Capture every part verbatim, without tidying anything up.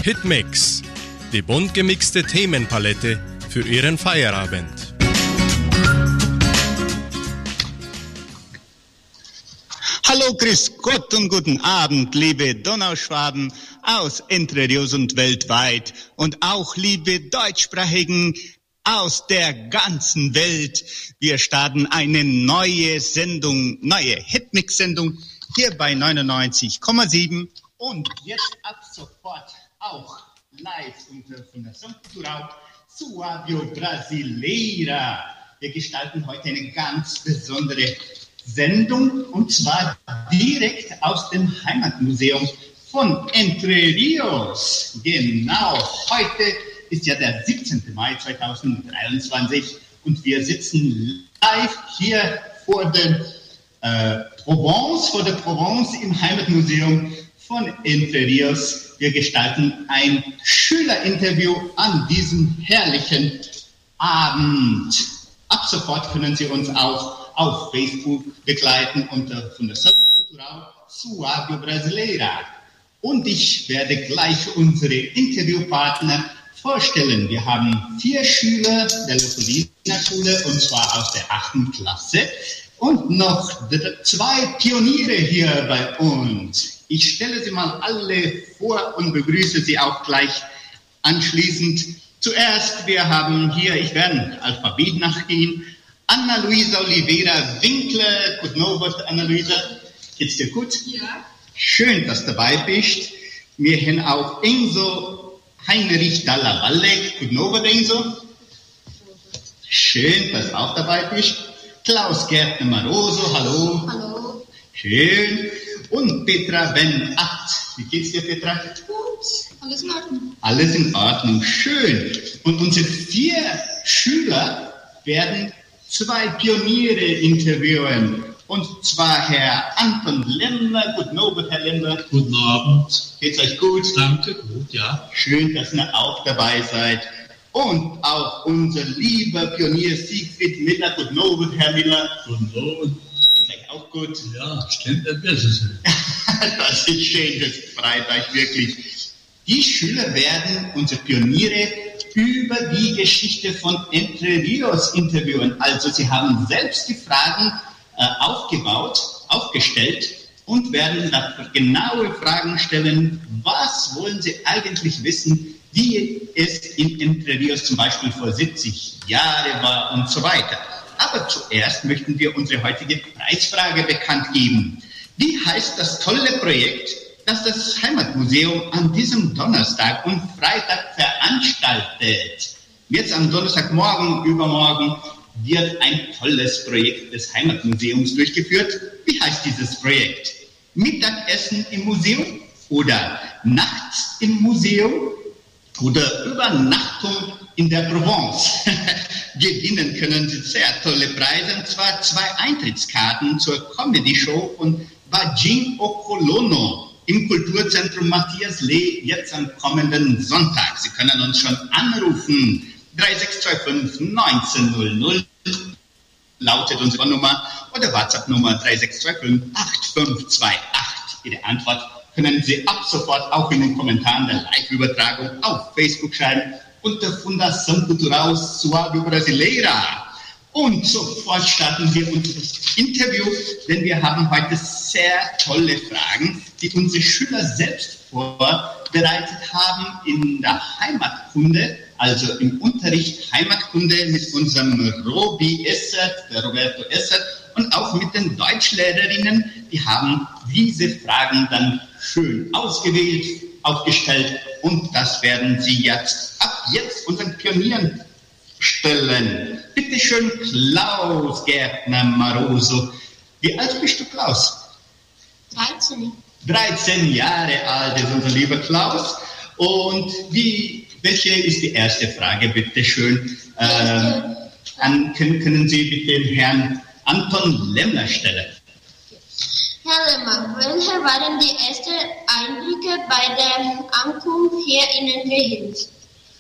Hitmix, die bunt gemixte Themenpalette für Ihren Feierabend. Hallo, grüß Gott und guten Abend, liebe Donauschwaben aus Entre Rios und weltweit und auch liebe Deutschsprachigen aus der ganzen Welt. Wir starten eine neue Sendung, neue Hitmix-Sendung hier bei neunundneunzig Komma sieben und jetzt ab sofort auch live unter Fundação Cultural Suábio Brasileira. Wir gestalten heute eine ganz besondere Sendung und zwar direkt aus dem Heimatmuseum von Entre Rios. Genau, heute ist ja der siebzehnten Mai zweitausenddreiundzwanzig und wir sitzen live hier vor der äh, Provence, vor der Provence im Heimatmuseum von Entre Rios. Wir gestalten ein Schülerinterview an diesem herrlichen Abend. Ab sofort können Sie uns auch auf Facebook begleiten unter Fundação Cultural Suábio Brasileira. Und ich werde gleich unsere Interviewpartner vorstellen. Wir haben vier Schüler der Leopoldina-Schule und zwar aus der achten Klasse und noch zwei Pioniere hier bei uns. Ich stelle sie mal alle vor und begrüße sie auch gleich anschließend. Zuerst, wir haben hier, ich werde Alphabet nachgehen, Ana Luisa Oliveira Winkler. Guten Abend, Ana Luisa. Geht's dir gut? Ja. Schön, dass du dabei bist. Wir haben auch Enzo Heinrich Dalla Valle. Guten Abend, Enzo. Schön, dass du auch dabei bist. Klaus Gärtner Maroso, hallo. Hallo. Schön. Und Petra Ben Abt. Wie geht's dir, Petra? Gut, alles in Ordnung. Alles in Ordnung, schön. Und unsere vier Schüler werden zwei Pioniere interviewen. Und zwar Herr Anton Lemmer. Guten Abend, Herr Lemmer. Guten Abend. Geht's euch gut? Danke, gut, ja. Schön, dass ihr auch dabei seid. Und auch unser lieber Pionier Siegfried Miller. Guten Abend, Herr Miller. Guten Abend. Geht's euch auch gut? Ja, stimmt ein bisschen. Das ist schön, das freut euch wirklich. Die Schüler werden unsere Pioniere über die Geschichte von Entre Rios interviewen. Also sie haben selbst die Fragen äh, aufgebaut, aufgestellt und werden dafür genaue Fragen stellen. Was wollen sie eigentlich wissen, wie es in Entre Rios zum Beispiel vor siebzig Jahren war und so weiter. Aber zuerst möchten wir unsere heutige Preisfrage bekannt geben. Wie heißt das tolle Projekt, das das Heimatmuseum an diesem Donnerstag und Freitag veranstaltet? Jetzt am Donnerstagmorgen, übermorgen, wird ein tolles Projekt des Heimatmuseums durchgeführt. Wie heißt dieses Projekt? Mittagessen im Museum oder nachts im Museum oder Übernachtung in der Provence? Gewinnen können Sie sehr tolle Preise, und zwar zwei Eintrittskarten zur Comedy-Show von Vagin Okolono im Kulturzentrum Matthias Lee, jetzt am kommenden Sonntag. Sie können uns schon anrufen. drei sechs zwei fünf neunzehn null null lautet unsere Nummer oder WhatsApp-Nummer drei sechs zwei fünf acht fünf zwei acht. Ihre Antwort können Sie ab sofort auch in den Kommentaren der Live-Übertragung auf Facebook schreiben unter Fundação Cultural Suábio Brasileira. Und sofort starten wir unser Interview, denn wir haben heute sehr tolle Fragen, die unsere Schüler selbst vorbereitet haben in der Heimatkunde, also im Unterricht Heimatkunde mit unserem Robi Essert, der Roberto Essert, und auch mit den Deutschlehrerinnen. Die haben diese Fragen dann schön ausgewählt, aufgestellt und das werden sie jetzt ab jetzt unseren Pionieren stellen. Bitte schön, Klaus Gärtner Maroso. Wie alt bist du, Klaus? dreizehn. dreizehn Jahre alt ist unser lieber Klaus. Und wie, welche ist die erste Frage, bitte schön? Äh, an, können, können Sie bitte den Herrn Anton Lemmer stellen? Herr Lemmer, welche waren die ersten Eindrücke bei der Ankunft hier in Entre Rios?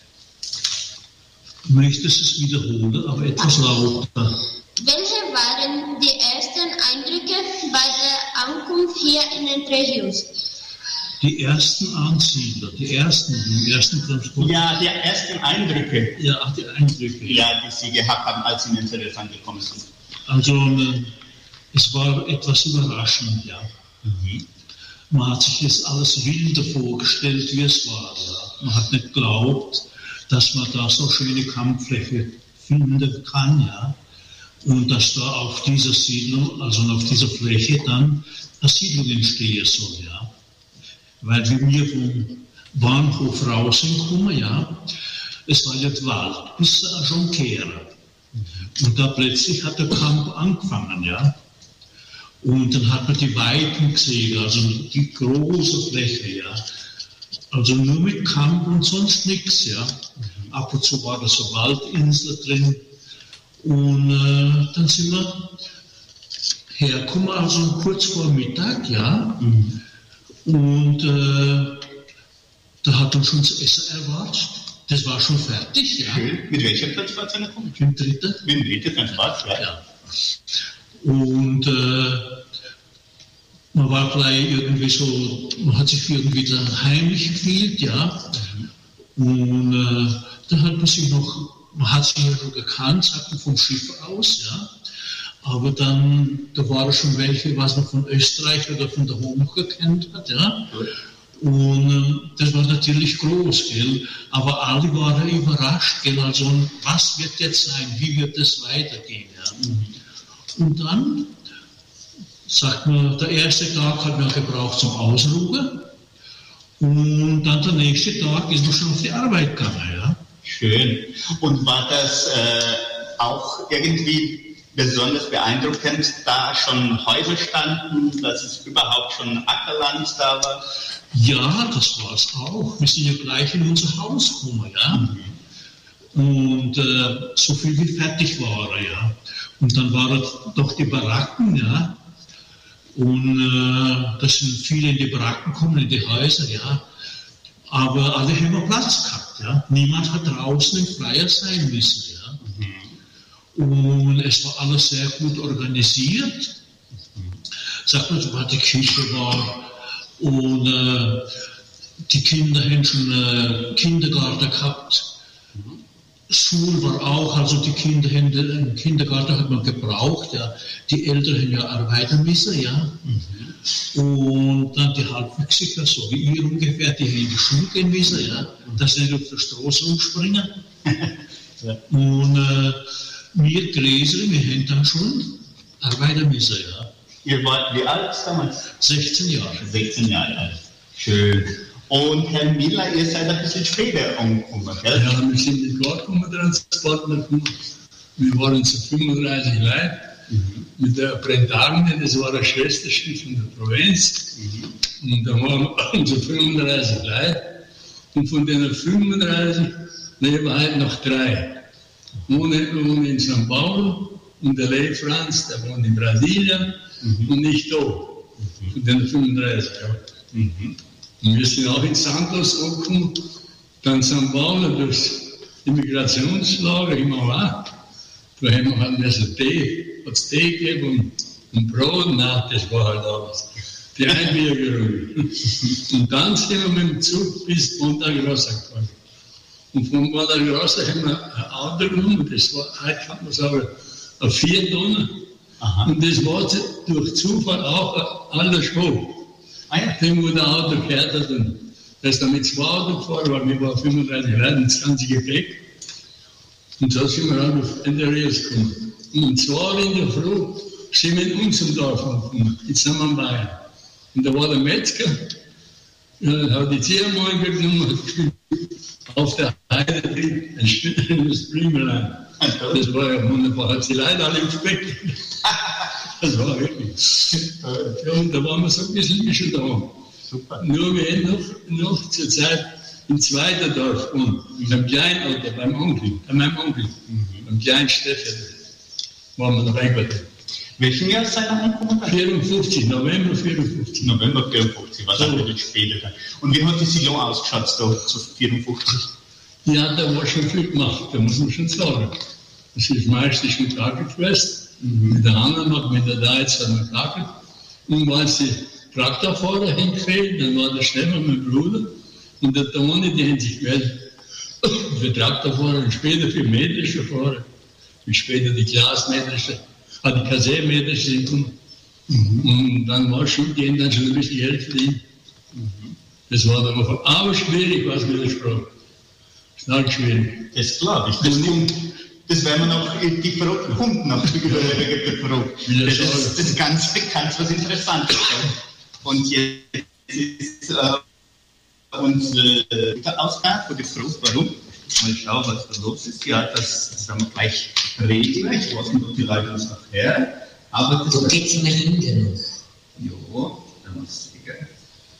Möchtest du es wiederholen, aber etwas lauter? Welche waren die ersten Eindrücke bei der Ankunft hier in Entre Rios? Die ersten Ansiedler, die ersten, die ersten Transporte. Ja, die ersten Eindrücke. Ja, ach, die Eindrücke. Ja, die Sie gehabt haben, als Sie in den Terrasse angekommen sind. Also, äh, es war etwas überraschend, ja. Mhm. Man hat sich das alles wilder vorgestellt, wie es war, ja. Man hat nicht geglaubt, dass man da so schöne Kampffläche finden kann, ja. Und dass da auf dieser Siedlung, also auf dieser Fläche dann eine Siedlung entstehen soll, ja. Weil wir vom Bahnhof rauskommen, ja, es war ja Wald, bis äh, schon Kehre. Und da plötzlich hat der Kampf angefangen, ja. Und dann hat man die Weiten gesehen, also die große Fläche, ja. Also nur mit Kampf und sonst nichts, ja. Ab und zu war da so Waldinsel drin. Und äh, dann sind wir hergekommen, also kurz vor Mittag, ja. Mhm. Und äh, da hat uns schon das Essen erwartet. Das war schon fertig, ja. Schön. Mit welcher Transport sind Sie gekommen? Mit dem dritten. Mit dem dritten Transport, ja. Ja. Und äh, man war gleich irgendwie so, man hat sich irgendwie da heimlich gefühlt, ja. Mhm. Und äh, da hat man sich noch, man hat sich ja schon gekannt, sagt man vom Schiff aus, ja. Aber dann, da waren schon welche, was man von Österreich oder von der Hoch gekannt hat, ja. Und äh, das war natürlich groß, gell. Aber alle waren überrascht, gell. Also, was wird jetzt sein? Wie wird es weitergehen, ja. Und dann, sagt man, der erste Tag hat man gebraucht zum Ausruhen. Und dann der nächste Tag ist man schon auf die Arbeit gegangen, ja. Schön. Und war das äh, auch irgendwie besonders beeindruckend, da schon Häuser standen, dass es überhaupt schon Ackerland da war? Ja, das war es auch. Wir sind ja gleich in unser Haus gekommen, ja. Mhm. Und äh, so viel wie fertig war er, ja. Und dann waren doch die Baracken, ja. Und äh, da sind viele in die Baracken gekommen, in die Häuser, ja. Aber alle haben wir Platz gehabt, ja. Niemand hat draußen im Freier sein müssen, ja. Und es war alles sehr gut organisiert. Sagt man, sobald die Küche war und äh, die Kinder haben schon äh, Kindergarten gehabt. Schule war auch, also die Kinder haben, den Kindergarten hat man gebraucht, ja. Die Eltern haben ja arbeiten müssen, ja. Mhm. Und dann die Halbwüchsiger, so wie ihr ungefähr, die haben in die Schule gehen müssen, ja. Dass sie nicht auf der Straße rumspringen. Ja. Und äh, wir Gräser, wir haben dann schon arbeiten müssen, ja. Ihr wart wie alt damals? sechzehn Jahre. sechzehn Jahre alt. Schön. Und Herr Miller, ihr seid ein bisschen später umgekommen, gell? Ja, wir sind in Garten Transporter gekommen. Wir waren zu fünfunddreißig Leute. Mhm. Mit der Bretagne, das war ein Schwesterschiff von der Provinz. Mhm. Und da waren unsere fünfunddreißig Leute. Und von den fünfunddreißig leben wir heute noch drei. Ohne, ohne in Sankt Paulo und der Leif Franz, der wohnt in Brasilien mhm. und nicht da. Mhm. Von den fünfunddreißig. Ja. Mhm. Und wir sind auch in Santos angekommen, dann Sankt Paulo durchs Immigrationslager im Mauer. Da haben wir halt so Tee, hat es Tee gegeben und, und Brot, nein, das war halt alles. Die Einbürgerung. Und dann sind wir mit dem Zug bis Ponta Grossa gefahren. Und von Ponta Grossa haben wir ein Auto genommen, das war, heute kann man sagen, ein vier Tonnen. Aha. Und das war durch Zufall auch ein alter Schwab. Ah, ja. Dem, wo der Auto gehört hat, und der ist dann mit zwei Autos gefahren, weil wir waren fünfunddreißig Leute, das ganze Gepäck. Und so sind wir dann auf Enterias gekommen. Und um zwei Uhr in der Früh sind wir in unserem Dorf gekommen, in Samambaya. Und da war der Metzger, der hat die Ziermal genommen und hat gespielt, auf der Heide ein Springlein. Das war ja wunderbar, hat die Leute alle im Speck. Das war wirklich. Ja, und da waren wir so ein bisschen schon da. Super. Nur wir haben noch, noch zur Zeit im zweiten Dorf gewohnt, beim kleinen Alter, beim Onkel, bei meinem Onkel, mhm. beim kleinen Steffen, waren wir noch eingeladen. Welchen Jahr seid ihr angekommen? vierundfünfzig, November vierundfünfzig. November vierundfünfzig, was so. Natürlich später. Und wie hat die Siedlung ausgeschaut, da zu vierundfünfzig? Ja, da war schon viel gemacht, da muss man schon sagen. Das ist meistens schon Tag gewesen. Mhm. Mit der anderen noch, mit der Deutsch hat man getakelt. Und weil sie Traktorfahrer hingefällt, dann war der Stefan, mein Bruder, und der Toni, die haben sich gemeldet für Traktorfahrer und später für metrische Fahrer, wie später die Glasmetrische, ah, die Kassetmetrische sind gekommen. Mhm. Und dann war es schon, die haben dann schon richtig Geld verdient. Mhm. Das war dann einfach, aber schwierig, was mit der Sprache. Stark schwierig. Das glaube ich. Das, kommt, das werden wir noch, die Frage kommt noch, die überlegene Frage. Das ist, das ist ganz bekannt, was Interessantes. Und jetzt ist äh, unsere Ausgabe für die Frage, warum? Mal schauen, was da los ist. Ja, das, das haben wir gleich regeln. Ich weiß nicht, ob die Leute uns noch hören. Aber das Wo geht's in der Linie noch? Jo, da muss ich gehen.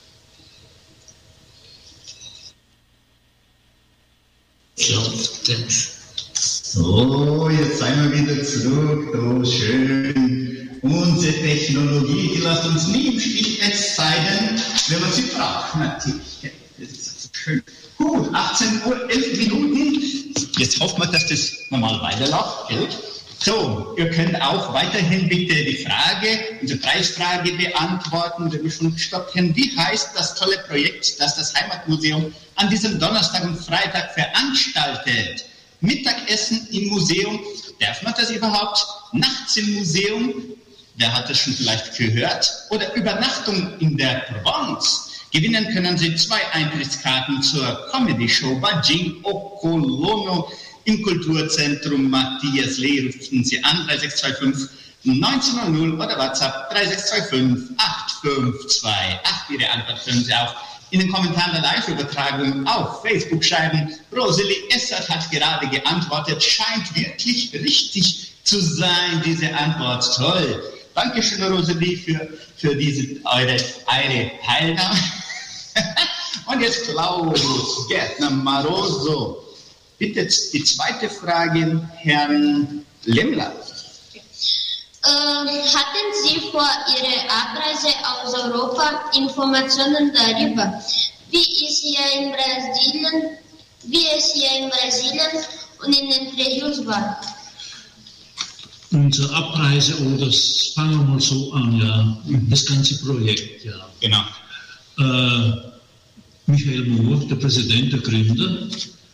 So, jetzt sind wir wieder zurück. Oh, schön. Unsere Technologie, die lässt uns nie im Stich, es sei denn, wenn man sie braucht. Natürlich. Das ist so schön. Gut, achtzehn Uhr, elf Minuten. Jetzt hoffen wir, dass das normal weiterläuft. Gell? So, ihr könnt auch weiterhin bitte die Frage, unsere Preisfrage beantworten, wenn wir schon gestoppt haben. Wie heißt das tolle Projekt, das das Heimatmuseum an diesem Donnerstag und Freitag veranstaltet? Mittagessen im Museum. Darf man das überhaupt? Nachts im Museum. Wer hat das schon vielleicht gehört? Oder Übernachtung in der Provence. Gewinnen können Sie zwei Eintrittskarten zur Comedy-Show Bajing Okolono im Kulturzentrum Matthias Lee. Rufen Sie an drei sechs zwei fünf neunzehn null null oder WhatsApp drei sechs zwei fünf acht fünf zwei acht. Ihre Antwort können Sie auch in den Kommentaren der Live-Übertragung auf Facebook schreiben. Rosalie Essert hat gerade geantwortet. Scheint wirklich richtig zu sein, diese Antwort. Toll. Dankeschön, Rosalie, für, für diese eure, eure Teilnahme. Und jetzt Klaus Gärtner Maroso. Bitte die zweite Frage, Herrn Lemmler. Äh, hatten Sie vor Ihrer Abreise aus Europa Informationen darüber, wie es hier in Brasilien, wie es hier in Brasilien und in Entre Rios war? Unsere Abreise, oh, das fangen wir mal so an, ja, das ganze Projekt, ja. Genau. Äh, Michael Mohr, der Präsident, der Gründer.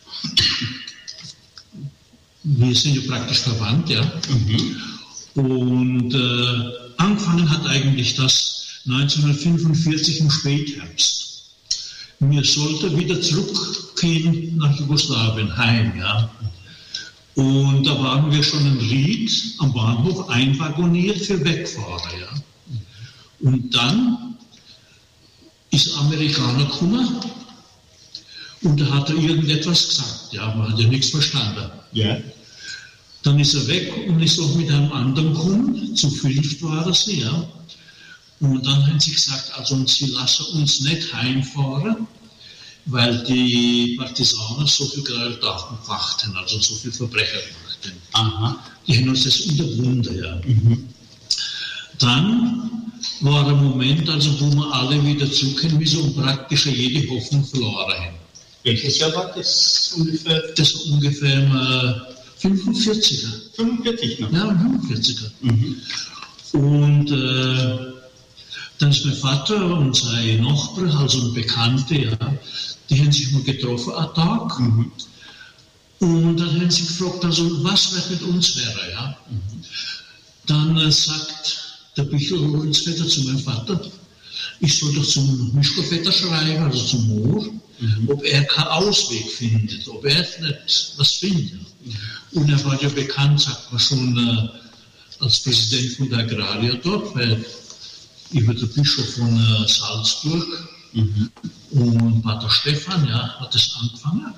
Wir sind ja praktisch verwandt, ja. Mhm. Und äh, angefangen hat eigentlich das neunzehnhundertfünfundvierzig im Spätherbst. Wir sollten wieder zurückgehen nach Jugoslawien, heim, ja. Und da waren wir schon in Ried am Bahnhof einwagoniert für Wegfahrer, ja. Und dann ist ein Amerikaner gekommen und da hat er irgendetwas gesagt, ja, man hat ja nichts verstanden. Ja. Dann ist er weg und ist auch mit einem anderen gekommen, zu fünft war es, ja. Und dann haben sie gesagt, also sie lassen uns nicht heimfahren, weil die Partisanen so viel Gewalt machten, also so viel Verbrecher machten. Aha. Die haben uns das unterbunden, ja. Mhm. Dann war ein Moment, also wo wir alle wieder zurückkehren müssen und praktisch jede Hoffnung verloren haben. Welches Jahr war das ungefähr? Das war ungefähr im äh, fünfundvierziger. fünfundvierzig noch? Ja, fünfundvierziger. Mhm. Und äh, dann ist mein Vater und seine Nachbar, also ein Bekannter, ja, die haben sich mal getroffen, einen Tag. Mhm. Und dann haben sie gefragt, also was wird mit uns wäre, ja. Mhm. Dann äh, sagt der Büchel Lorenzvetter zu meinem Vater, ich soll doch zum Mischkovetter schreiben, also zum Moor, mhm. ob er keinen Ausweg findet, ob er nicht was findet. Mhm. Und er war ja bekannt, sagt man schon, äh, als Präsident von der Agraria dort, weil ich war der Bischof von äh, Salzburg mhm. und Pater Stefan, ja, hat das angefangen.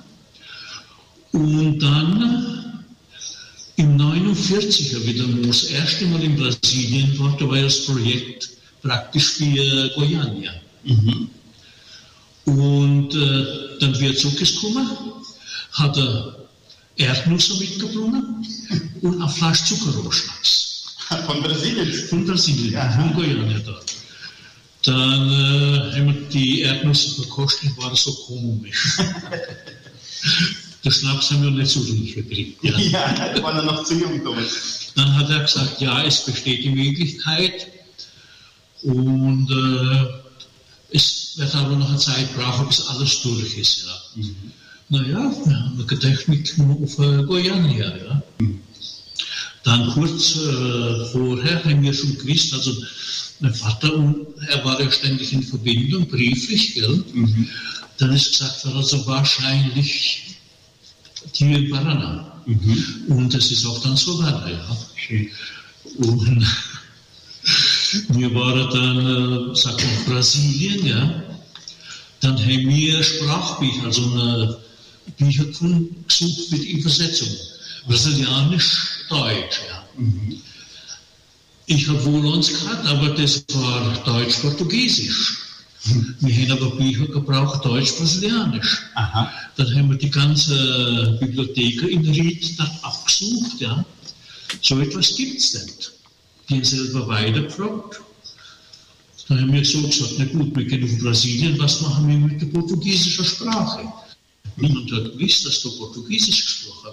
Und dann äh, im neunundvierziger, wie der Moor das erste Mal in Brasilien war, da war ja das Projekt praktisch für äh, Goiânia. Mhm. Und äh, dann wird zurückgekommen, hat er Erdnüsse mitgebracht und eine Flasche Zuckerrohrschnaps. Von Brasilien? Von Brasilien, ja. Von Goiânia da. Dann äh, haben wir die Erdnüsse verkostet, war so komisch. Den Schnaps haben wir nicht so richtig gekriegt. Ja, ja, da war er noch zu jung damals. Dann hat er gesagt, ja, es besteht die Möglichkeit, Und äh, es wird aber noch eine Zeit brauchen, bis alles durch ist. Ja. Mhm. Naja, wir haben gedacht, mit auf äh, Goiânia. Ja. Mhm. Dann kurz äh, vorher haben wir schon gewusst, also mein Vater, er war ja ständig in Verbindung, brieflich, gell? Mhm. Dann ist gesagt worden, also wahrscheinlich hier in Paraná. Mhm. Und es ist auch dann so weiter, ja. Schön. Und wir waren dann, äh, sagt man, Brasilien, ja. Dann haben wir Sprachbücher, also eine Bücher gesucht mit Übersetzung. Brasilianisch, Deutsch, ja. Mhm. Ich habe wohl uns gehabt, aber das war Deutsch-Portugiesisch. Mhm. Wir haben aber Bücher gebraucht, Deutsch-Brasilianisch. Aha. Dann haben wir die ganze Bibliothek in Ried abgesucht, ja. So etwas gibt es nicht. Die haben selber weitergefragt. Dann haben wir so gesagt, na gut, wir gehen auf Brasilien, was machen wir mit der portugiesischen Sprache? Niemand hat gewusst, dass da Portugiesisch gesprochen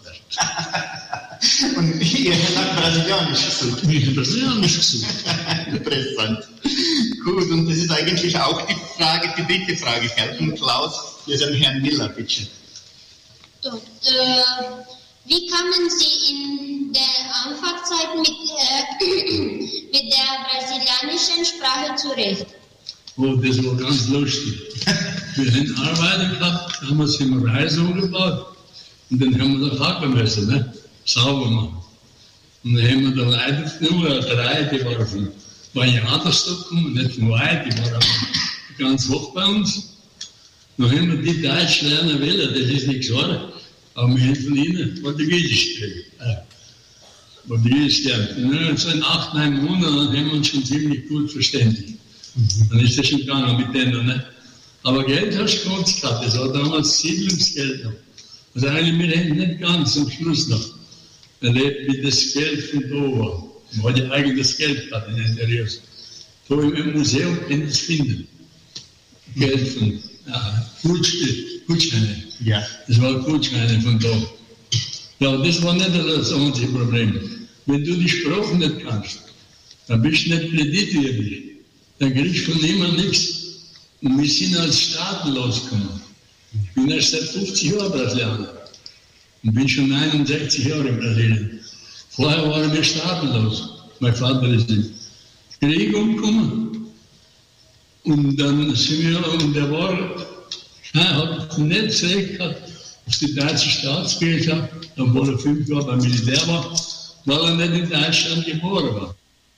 wird. Und ihr habt Brasilianisch gesucht. Wir haben Brasilianisch gesucht. Interessant. Gut, und das ist eigentlich auch die Frage, die dritte Frage. Herr Klaus, wir sind Herrn Miller, bitte. Und, äh, wie kamen Sie in der Anfangszeit mit, äh, mit der brasilianischen Sprache zurecht? Oh, das war ganz lustig. Wir haben Arbeiter gehabt, haben wir es im Reis umgebaut und dann haben wir das hacken müssen, ne? Sauber machen. Und dann haben wir da Leute nur drei, die waren von Banjata-Stück gekommen, nicht von weit, die waren ganz hoch bei uns. Dann haben wir die Deutsch lernen wollen, das ist nicht gesagt, aber wir haben von ihnen Portugiesisch gekriegt. Portugiesisch gelernt. So in acht, neun Monaten haben wir uns schon ziemlich gut verständigt. Dann ist das schon gegangen mit denen, ne? Aber Geld hast du kurz gehabt, das war damals Siedlungsgeld noch. Also eigentlich, wir hätten nicht ganz am Schluss noch erlebt, wie das Geld von da war. Man hat ja eigentlich das Geld gehabt in den Rios. Da im Museum kann ich das finden. Geld von ja, Gutscheine. Ja. Das war Gutscheine von da. Ja, das war nicht das einzige Problem. Wenn du die Sprache nicht kannst, dann bist du nicht kreditwürdig. Dann kriegst du von niemandem nichts. Und wir sind als staatenlos gekommen. Ich bin erst seit fünfzig Jahren Brasilianer und bin schon neunundsechzig Jahre in Brasilien. Vorher waren wir staatenlos. Mein Vater ist im Krieg umgekommen. Und dann sind wir, und der war, er hat nicht das Recht gehabt auf die deutsche Staatsbürgerschaft, obwohl er fünf Jahre beim Militär war, weil er nicht in Deutschland geboren war.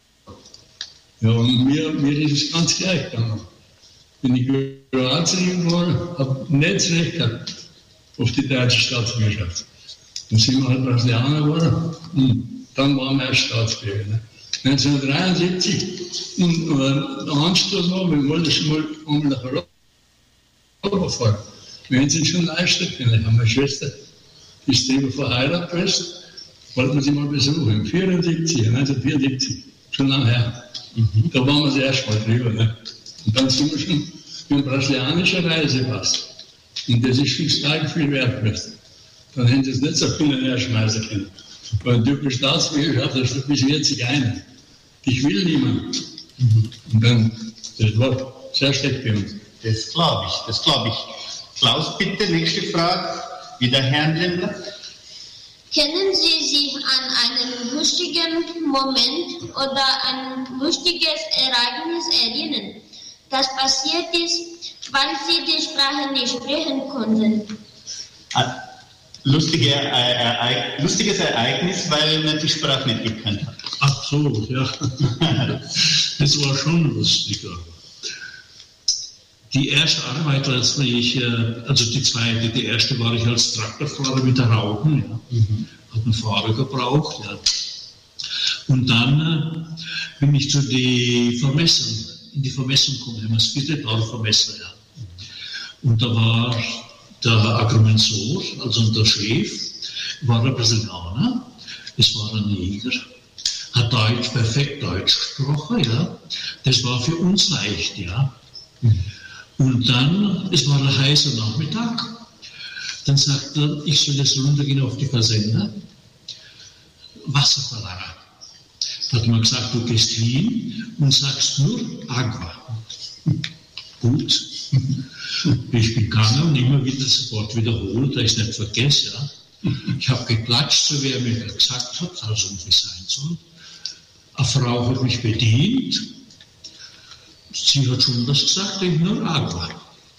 Ja, und mir, mir ist es ganz gleich gegangen. Bin ich in Kroatien geboren, habe nicht das Recht gehabt auf die deutsche Staatsbürgerschaft. Dann sind wir halt Brasilianer geworden und dann waren wir erst Staatsbürger. Ne? neunzehnhundertdreiundsiebzig und äh, der Anstoß war, wir wollten schon mal einmal nach Europa fahren. Wir haben uns schon leisten können. Ich habe meine Schwester, die ist drüber verheiratet gewesen, wollten wir sie mal besuchen, im vierundsiebzig, neunzehnhundertvierundsiebzig, schon lange her. Mhm. Da waren wir das erste Mal drüber. Ne? Und dann sind wir schon mit einem brasilianischen Reisepass. Und das ist schon stark viel wert gewesen. Dann hätten sie es nicht so viel näher schmeißen können. Weil ein typisch Staatsbürgerschaft, das ist bis vierzig einer. Ich will niemand. Mhm. Und dann, das war sehr schlecht für uns. Das glaube ich, das glaube ich. Klaus, bitte, nächste Frage. Wieder Herrn Lindler. Können Sie sich an einen lustigen Moment oder ein lustiges Ereignis erinnern, das passiert ist, weil Sie die Sprache nicht sprechen konnten? Ah, lustige, äh, äh, lustiges Ereignis, weil man die Sprache nicht gekannt hat. Ach so, ja. Das war schon lustiger. Die erste Arbeit, als ich, also die zweite, die erste war ich als Traktorfahrer mit der Raupen, ja. Mhm. Hat einen Fahrer gebraucht, ja. Und dann äh, bin ich zu die Vermessung, in die Vermessung gekommen, haben wir das vierte Dorf vermessen, ja. Und da war der Agrimensor, also der Chef, war ein Brasilianer, es war ein Neger, hat Deutsch, perfekt Deutsch gesprochen, ja. Das war für uns leicht, ja. Mhm. Und dann, es war ein heißer Nachmittag, dann sagt er, ich soll jetzt runtergehen auf die Versender, Wasser verlangen. Hat man gesagt, du gehst hin und sagst nur Agua. Gut. Ich bin gegangen und immer wieder das Wort wiederholt, da ich es nicht vergesse. Ja. Ich habe geklatscht, so wie er mir gesagt hat, also wie es sein soll. Eine Frau hat mich bedient. Sie hat schon was gesagt, ich nur Agua.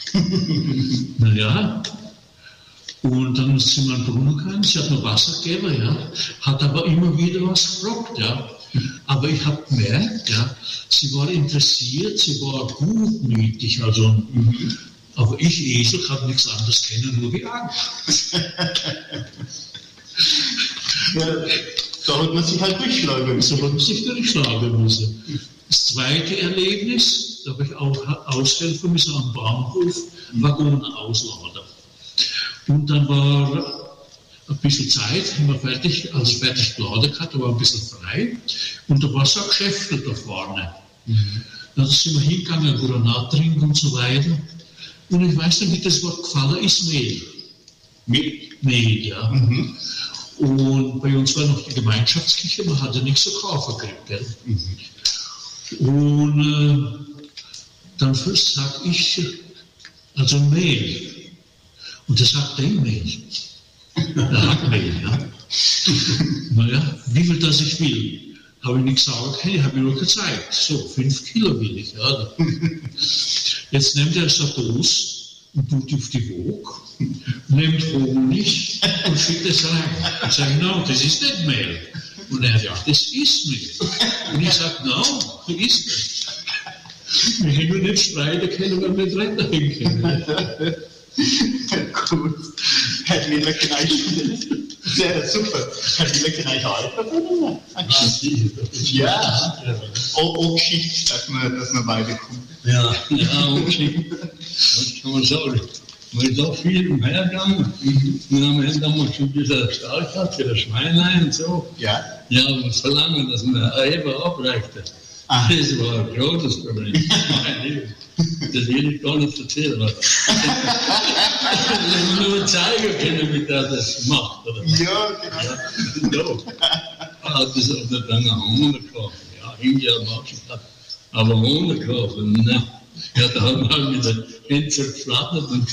Naja. Und dann sind wir an den Brunnen gegangen, sie hat noch Wasser gegeben, ja, hat aber immer wieder was gefragt, ja. Aber ich habe gemerkt, ja, sie war interessiert, sie war gutmütig, also, mhm. aber ich, Esel, habe nichts anderes kennen, nur wie Angst. Ja, so hat man sich halt durchschlagen müssen. So hat man sich durchschlagen müssen. Das zweite Erlebnis, da habe ich auch aushelfen müssen am Bahnhof, Waggon ausladen. Und dann war ein bisschen Zeit, haben wir fertig, als fertig geladen gehabt, da war ein bisschen frei. Und da war so ein Geschäft da vorne. Mhm. Dann sind wir hingegangen, Granat trinken und so weiter. Und ich weiß nicht, wie das Wort gefallen ist, Mehl. Mehl? Mehl, ja. Mhm. Und bei uns war noch die Gemeinschaftskirche, man hatte nichts zu kaufen gekriegt, gell? Mhm. Und äh, dann sag ich, also Mehl. Und das sagt der Mehl. Der hat Mehl, ja. Naja, wie viel das ich will. Habe ich nicht gesagt, hey, habe ich nur gezeigt. So, fünf Kilo will ich, ja. Jetzt nimmt er so Dose und tut auf die Waage, nimmt Honig und schickt es rein. Ich sage, no, das ist nicht Mehl. Und er sagt, das ist Mehl. Und ich sage, no, das ist nicht. Wir hätten nicht streiten können, wenn wir nicht retten können. Gut. Hat die Leckerei sehr super. Hat die Leckerei gehalten? Ja. Auch geschickt, dass man, dass man weiterkommt. Ja, ja, auch geschickt. Was kann man sagen? Man ist auch viel umhergegangen. Und am Ende haben wir schon ein bisschen Stall gehabt für das Schweinlein und so. Ja. Ja, aber so lange, dass man eine Eber abreichte. Ah. Das war ein großes Problem. Mein Leben. Das will ich gar nicht erzählen. Ich will nur zeigen können, wie der das macht. Oder? Ja, genau. Ja, hat das auch nicht lange Hunde gekauft. Ja, India mag ich das. Aber Hunde gekauft. Ne. Ja, da hat man halt mit der Hinze geflattert und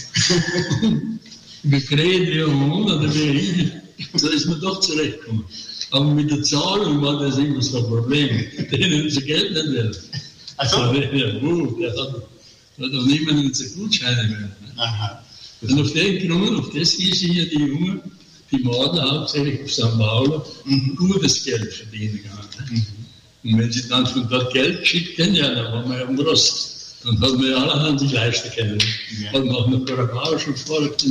gekräht wie ein Hund oder wie ein So ist man doch zurechtgekommen. Aber mit der Zahlung war das immer so ein Problem. Denen sie Geld nicht will. Also? Der, uh, der hat, hat auch niemanden zu Gutscheine mehr. Ne? Aha. Und auf den Grund, auf das hieß hier die Jungen, die Morde hauptsächlich auf Sankt Paulo, mhm. gutes Geld verdienen kann. Ne? Mhm. Und wenn sie dann von dort Geld geschickt haben, ja, dann waren wir ja umgerostet. Dann hat man ja allerhand sich leisten können. Ja. Hat man auch nach Gorabau schon vorgehabt.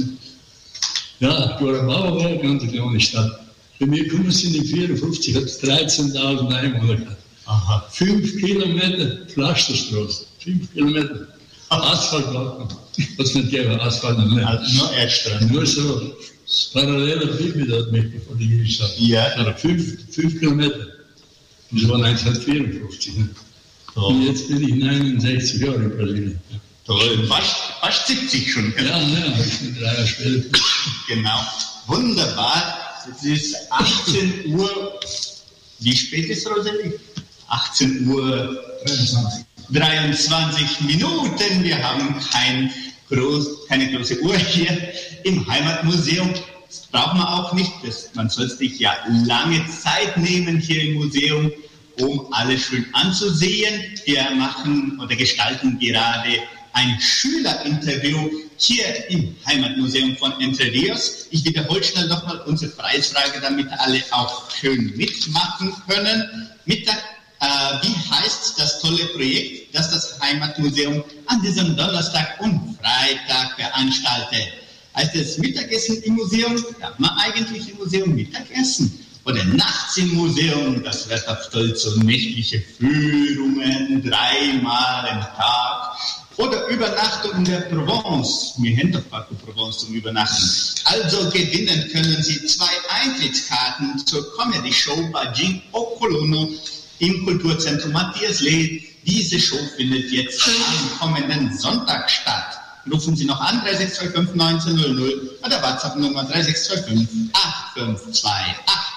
Ja, Gorabau war eine ganz kleine Stadt. Bei mir kommen sie in die vierundfünfzig, hat dreizehntausend Einwohner gehabt. Aha. Fünf Kilometer Pflasterstraße. Fünf Kilometer. Asphalt war hat es nicht gegeben, Asphalt noch nicht. Also nur Erdstraße. Nur so. Das parallele Bibi dort mit vor die Stadt. Ja. Aber fünf, fünf Kilometer. Das war neunzehnhundertvierundfünfzig. Ne? Oh. Und jetzt bin ich neunundsechzig Jahre in Brasilien. Toll. Fast, fast siebzig schon. Ja, ja, ich bin drei Jahre später. Genau. Wunderbar. Es ist achtzehn Uhr. Wie spät ist Rosalie? achtzehn Uhr dreiundzwanzig Minuten. Wir haben kein groß, keine große Uhr hier im Heimatmuseum. Das braucht man auch nicht. Das, man soll sich ja lange Zeit nehmen hier im Museum, um alles schön anzusehen. Wir machen oder gestalten gerade ein Schülerinterview hier im Heimatmuseum von Entre Rios. Ich wiederhole schnell nochmal unsere Preisfrage, damit alle auch schön mitmachen können. Mittag, äh, wie heißt das tolle Projekt, das das Heimatmuseum an diesem Donnerstag und Freitag veranstaltet? Heißt es Mittagessen im Museum? Darf man eigentlich im Museum Mittagessen? Oder nachts im Museum, das wird auf stolze und nächtliche Führungen, dreimal am Tag. Oder Übernachtung in der Provence. Wir haben doch gar keine Provence zum Übernachten. Also gewinnen können Sie zwei Eintrittskarten zur Comedy-Show bei Gin Ocolono im Kulturzentrum Matthias Lee. Diese Show findet jetzt am kommenden Sonntag statt. Rufen Sie noch an, drei sechs zwei fünf neunzehn null null oder WhatsApp-Nummer drei sechs zwei fünf acht fünf zwei acht.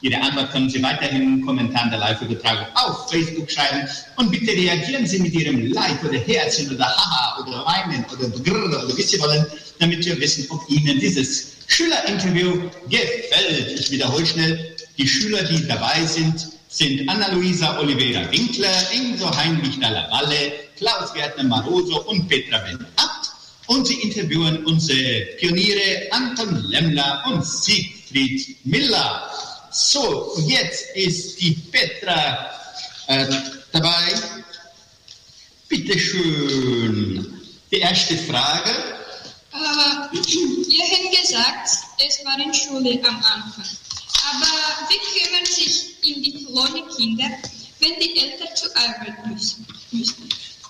Ihre Antwort können Sie weiterhin in den Kommentaren der Live-Übertragung auf Facebook schreiben. Und bitte reagieren Sie mit Ihrem Like oder Herzchen oder Haha oder Weinen oder Grrr oder wie Sie wollen, damit wir wissen, ob Ihnen dieses Schülerinterview gefällt. Ich wiederhole schnell, die Schüler, die dabei sind, sind Anna-Luisa Oliveira Winkler, Enzo Heinrich Dalla-Valle, Klaus Gärtner Maroso und Petra Wendt-Abt. Und sie interviewen unsere Pioniere Anton Lemmler und Siegfried Miller. So, jetzt ist die Petra äh, dabei. Bitte schön. Die erste Frage. Äh, ihr habt gesagt, es war in Schule am Anfang. Aber wie kümmern sich um die kleinen Kinder, wenn die Eltern zur Arbeit müssen? müssen?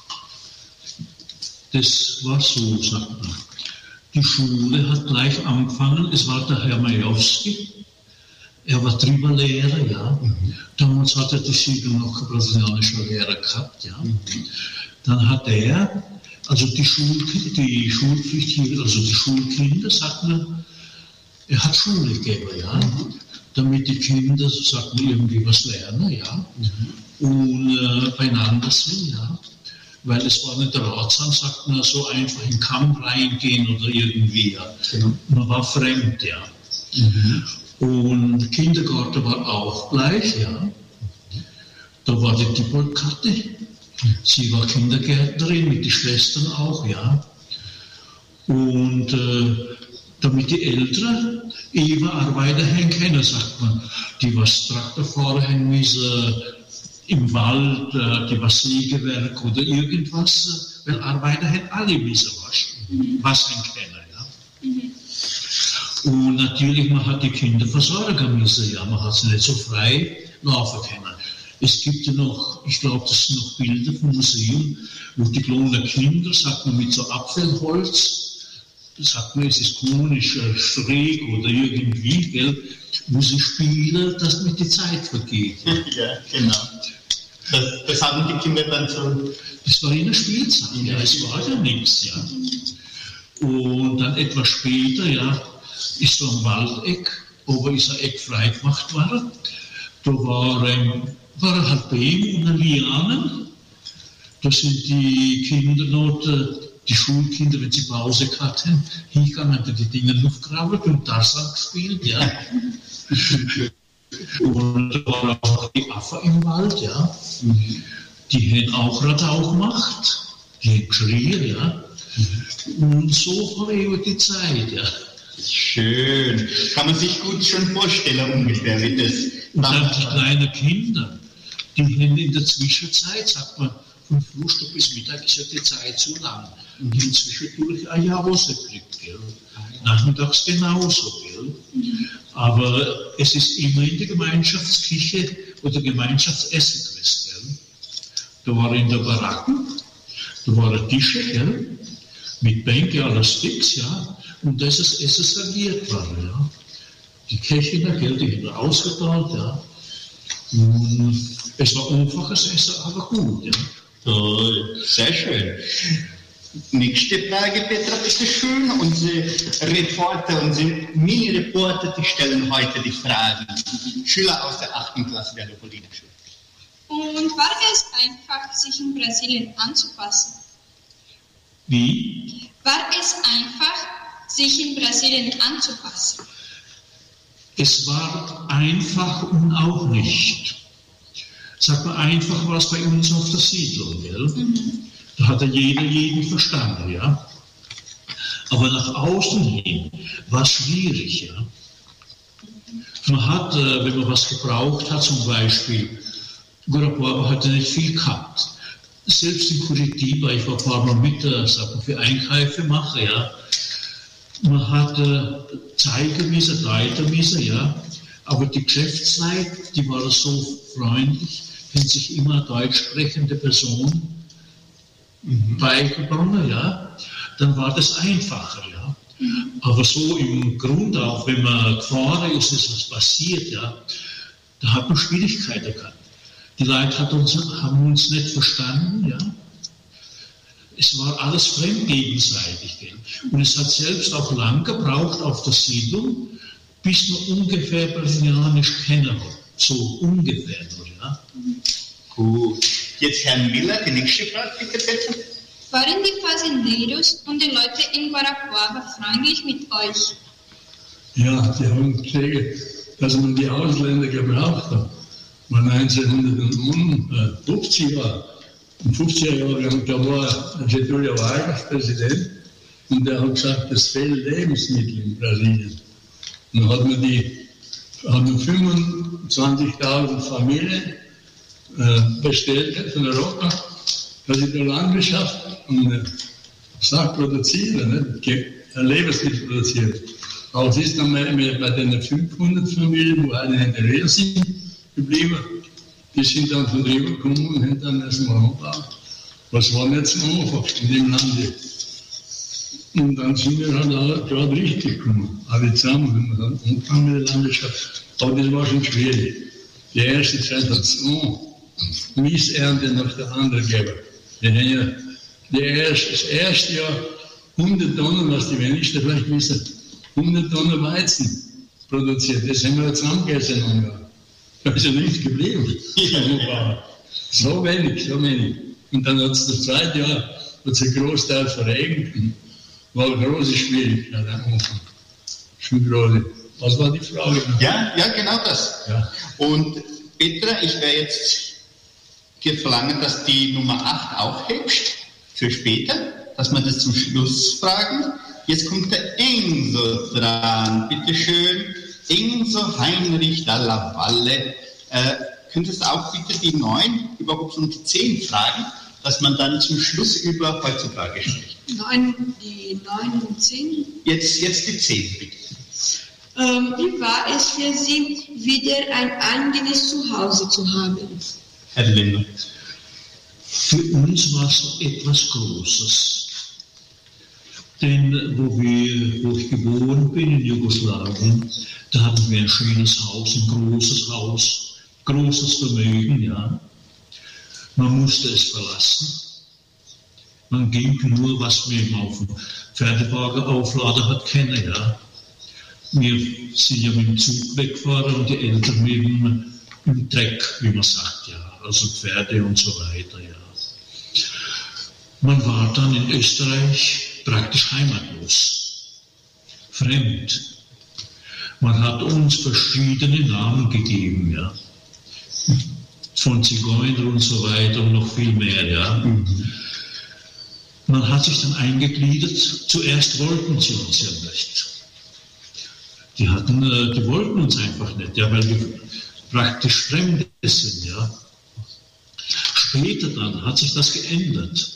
Das war so, sagt man. Die Schule hat gleich angefangen, es war der Herr Majowski. Er war Triballehrer, ja. Mhm. Damals hatte die Siegel noch einen brasilianischen Lehrer gehabt, ja. Mhm. Dann hat er, also die, Schul, die Schulpflichtigen, also die Schulkinder, sagt man, er hat Schule gegeben, ja. Mhm. Damit die Kinder, sagt man, irgendwie was lernen, ja. Mhm. Und äh, beieinander sind, ja. Weil es war nicht ratsam, sagt man, so einfach in den Kamm reingehen oder irgendwie, ja. Genau. Man war fremd, ja. Mhm. Und Kindergarten war auch gleich, ja. Da war die Dippolkatte. Sie war Kindergärtnerin, mit den Schwestern auch, ja. Und äh, damit die Älteren Eva Arbeiter haben können, sagt man. Die was Traktorfahrer haben müssen, im Wald, äh, die was Sägewerk oder irgendwas, weil Arbeiter haben alle müssen waschen, mhm. waschen können, ja. Mhm. Und natürlich, man hat die Kinder versorgen müssen, ja, man hat sie nicht so frei laufen können. Es gibt ja noch, ich glaube, das sind noch Bilder vom Museum, wo die kleinen Kinder, sagt man, mit so Apfelholz, sagt man, es ist konisch, schräg oder irgendwie, gell, wo sie spielen, dass mit die Zeit vergeht. Ja, genau. Das, das haben die Kinder dann so... Das war in der Spielzeit, ja, es war ja nichts, ja. Und dann etwas später, ja, ist so ein Waldeck, oben ist ein Eck frei gemacht worden. Da waren, waren halt Bäume und Lianen. Da sind die Kinder noch, die Schulkinder, wenn sie Pause hatten, hingegangen, haben die Dinge aufgegraben und Tarzan gespielt, ja. Und da waren auch die Affen im Wald, ja. Die haben auch Radau gemacht, die haben geschrien, ja. Und so war eben die Zeit, ja. Schön. Kann man sich gut schon vorstellen, ungefähr, wie das. Und dann die kleinen Kinder, die haben in der Zwischenzeit, sagt man, von Frühstück bis Mittag ist ja die Zeit zu lang. Und die haben zwischendurch eine Jause gekriegt, gell. Nachmittags genauso, gell. Aber es ist immer in der Gemeinschaftsküche oder Gemeinschaftsessen gewesen, gell. Da war in der Baracken, da waren Tische, gell, mit Bänke, alles fix, ja. Und da ist das Essen serviert worden, ja. Die Köchinnen, gell, die haben ausgeteilt, ja. Und es war einfaches Essen, aber gut, ja. Toll, sehr schön. Nächste Frage, Petra, bitte schön. Unsere Reporter, unsere Mini-Reporter, die stellen heute die Fragen. Schüler aus der achten Klasse der Leopoldina-Schule. Und war es einfach, sich in Brasilien anzupassen? Wie? War es einfach, sich in Brasilien anzupassen? Es war einfach und auch nicht. Sagt man, einfach war es bei uns auf der Siedlung, gell? Mhm. Da hat ja jeder jeden verstanden, ja. Aber nach außen hin war es schwierig, ja. Man hat, wenn man was gebraucht hat, zum Beispiel, Guarapuava hatte nicht viel gehabt. Selbst in Curitiba, ich war ein paar Mal mit, sagt man, für Einkäufe machen, ja. Man hat äh, zeigen müssen, leiten müssen, ja. Aber die Geschäftsleute, die waren so freundlich, wenn sich immer eine deutsch sprechende Person mhm. beigebracht, ja, dann war das einfacher, ja. Mhm. Aber so im Grunde, auch wenn man gefahren ist, ist was passiert, ja, da hat man Schwierigkeiten gehabt. Die Leute hat uns, haben uns nicht verstanden, ja. Es war alles fremd gegenseitig. Gell? Und es hat selbst auch lang gebraucht auf der Siedlung, bis man ungefähr Brasilianisch kennen hat. So ungefähr nur, ja. Gut. Jetzt Herrn Miller, die nächste Frage, bitte, bitte. Waren die Fazendeiros und die Leute in Guarapuava freundlich mit euch? Ja, die haben gesehen, dass man die Ausländer gebraucht hat. War neunzehnhundertfünfzig war. In fünfziger Jahren, da war Getúlio Vargas Präsident und der hat gesagt, es fehlen Lebensmittel in Brasilien. Und dann hat man die hat man fünfundzwanzigtausend Familien äh, bestellt von Europa, dass sie der Landwirtschaft und äh, Sachen produzieren, ne? Lebensmittel produzieren. Aber es ist dann bei den fünfhundert Familien, wo alle in der Rehe sind, geblieben. Die sind dann von drüber gekommen und haben dann erstmal angebaut. Was war nicht so einfach in dem Lande. Und dann sind wir halt auch gerade richtig gekommen. Alle zusammen, wenn wir dann angefangen mit der Landwirtschaft. Aber das war schon schwierig. Die erste Zeit hat es so Missernte nach der anderen gegeben. Wir haben ja die erste, das erste Jahr hundert Tonnen, was die wenigsten vielleicht wissen, hundert Tonnen Weizen produziert. Das haben wir zusammengegessen im Jahr. Da ist ja nichts geblieben. So wenig, so wenig. Und dann hat es das zweite Jahr, hat sich ein Großteil verregnet. War eine große Schwierigkeit am Anfang. Schon große. Was war die Frage? Ja, ja, genau das. Ja. Und Petra, ich werde jetzt dir verlangen, dass die Nummer acht aufhebst für später, dass wir das zum Schluss fragen. Jetzt kommt der Enzo dran. Bitte schön. Enzo Heinrich Dalla Valle. Äh, könntest du auch bitte die neun, überhaupt um die zehn fragen, dass man dann zum Schluss über heutzutage spricht? Neun, die neun und zehn? Jetzt, jetzt die zehn, bitte. Ähm, wie war es für Sie, wieder ein eigenes Zuhause zu haben? Herr Lindner. Für uns war es etwas Großes. Denn wo, wir, wo ich geboren bin, in Jugoslawien, da hatten wir ein schönes Haus, ein großes Haus, großes Vermögen, ja. Man musste es verlassen. Man ging nur, was man auf dem Pferdewagen aufladen hat, kennen, ja. Wir sind ja mit dem Zug weggefahren und die Eltern mit dem, mit dem Dreck, wie man sagt, ja. Also Pferde und so weiter, ja. Man war dann in Österreich praktisch heimatlos, fremd. Man hat uns verschiedene Namen gegeben, ja. Von Zigeuner und so weiter und noch viel mehr, ja. Mhm. Man hat sich dann eingegliedert. Zuerst wollten sie uns ja nicht. Die hatten, die wollten uns einfach nicht, ja, weil wir praktisch Fremde sind, ja. Später dann hat sich das geändert.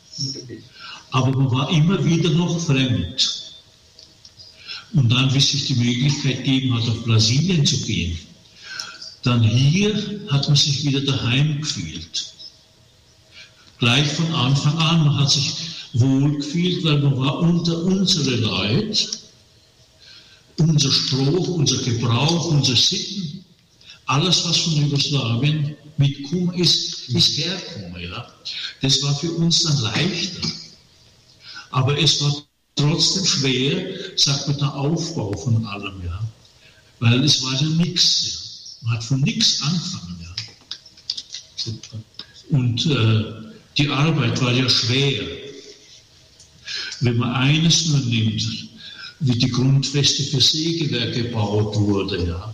Aber man war immer wieder noch fremd. Und dann, wie sich die Möglichkeit gegeben hat, auf Brasilien zu gehen, dann hier hat man sich wieder daheim gefühlt. Gleich von Anfang an, man hat sich wohl gefühlt, weil man war unter unsere Leute, unser Spruch, unser Gebrauch, unsere Sitten, alles, was von Jugoslawien mitgekommen ist, ist hergekommen. Ja. Das war für uns dann leichter. Aber es war trotzdem schwer, sagt man, der Aufbau von allem, ja. Weil es war ja nichts. Ja. Man hat von nichts angefangen, ja. Und äh, die Arbeit war ja schwer. Wenn man eines nur nimmt, wie die Grundfeste für Sägewerke gebaut wurde, ja.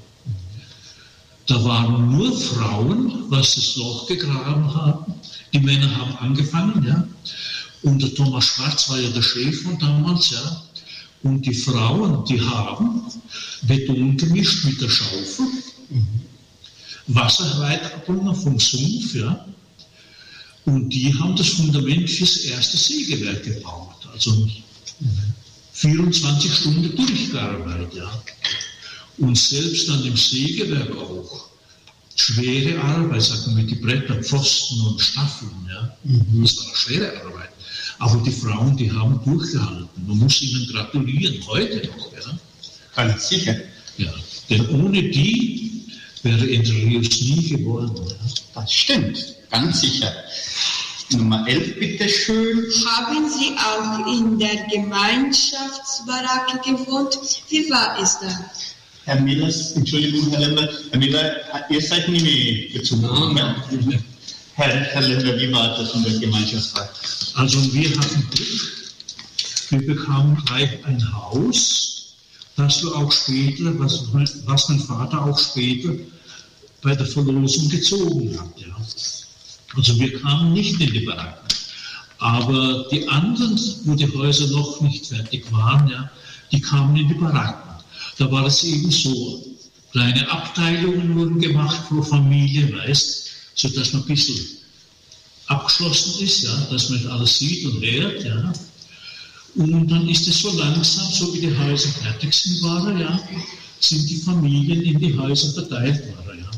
Da waren nur Frauen, was das Loch gegraben haben. Die Männer haben angefangen, ja. Und der Thomas Schwarz war ja der Chef von damals, ja. Und die Frauen, die haben Beton gemischt mit der Schaufel, mhm. Wasser reingebunden vom Sumpf, ja. Und die haben das Fundament fürs erste Sägewerk gebaut. Also vierundzwanzig Stunden durchgearbeitet, ja. Und selbst an dem Sägewerk auch. Schwere Arbeit, sagt man, mit den Brettern, Pfosten und Staffeln, ja. Mhm. Das war eine schwere Arbeit. Aber die Frauen, die haben durchgehalten. Man muss ihnen gratulieren, heute noch, ja. Ganz sicher. Ja, denn ohne die wäre Entre Rios nie geworden, ja. Das stimmt, ganz sicher. Nummer elf, bitte schön. Haben Sie auch in der Gemeinschaftsbaracke gewohnt? Wie war es da? Herr Miller, Entschuldigung, Herr Lemmer, Herr Miller, ihr seid nie mehr gezogen, ne? Herr, Herr Lemmer, wie war das in der Gemeinschaftsrat? Also wir hatten Glück, wir bekamen gleich ein Haus, das wir auch später, was, was mein Vater auch später bei der Verlosung gezogen hat. Ja. Also wir kamen nicht in die Baracken. Aber die anderen, wo die Häuser noch nicht fertig waren, ja, die kamen in die Baracken. Da war es eben so, kleine Abteilungen wurden gemacht pro Familie, weißt, sodass man ein bisschen abgeschlossen ist, ja, dass man alles sieht und hört, ja. Und dann ist es so langsam, so wie die Häuser fertig sind, waren, ja, sind die Familien in die Häuser verteilt worden, ja.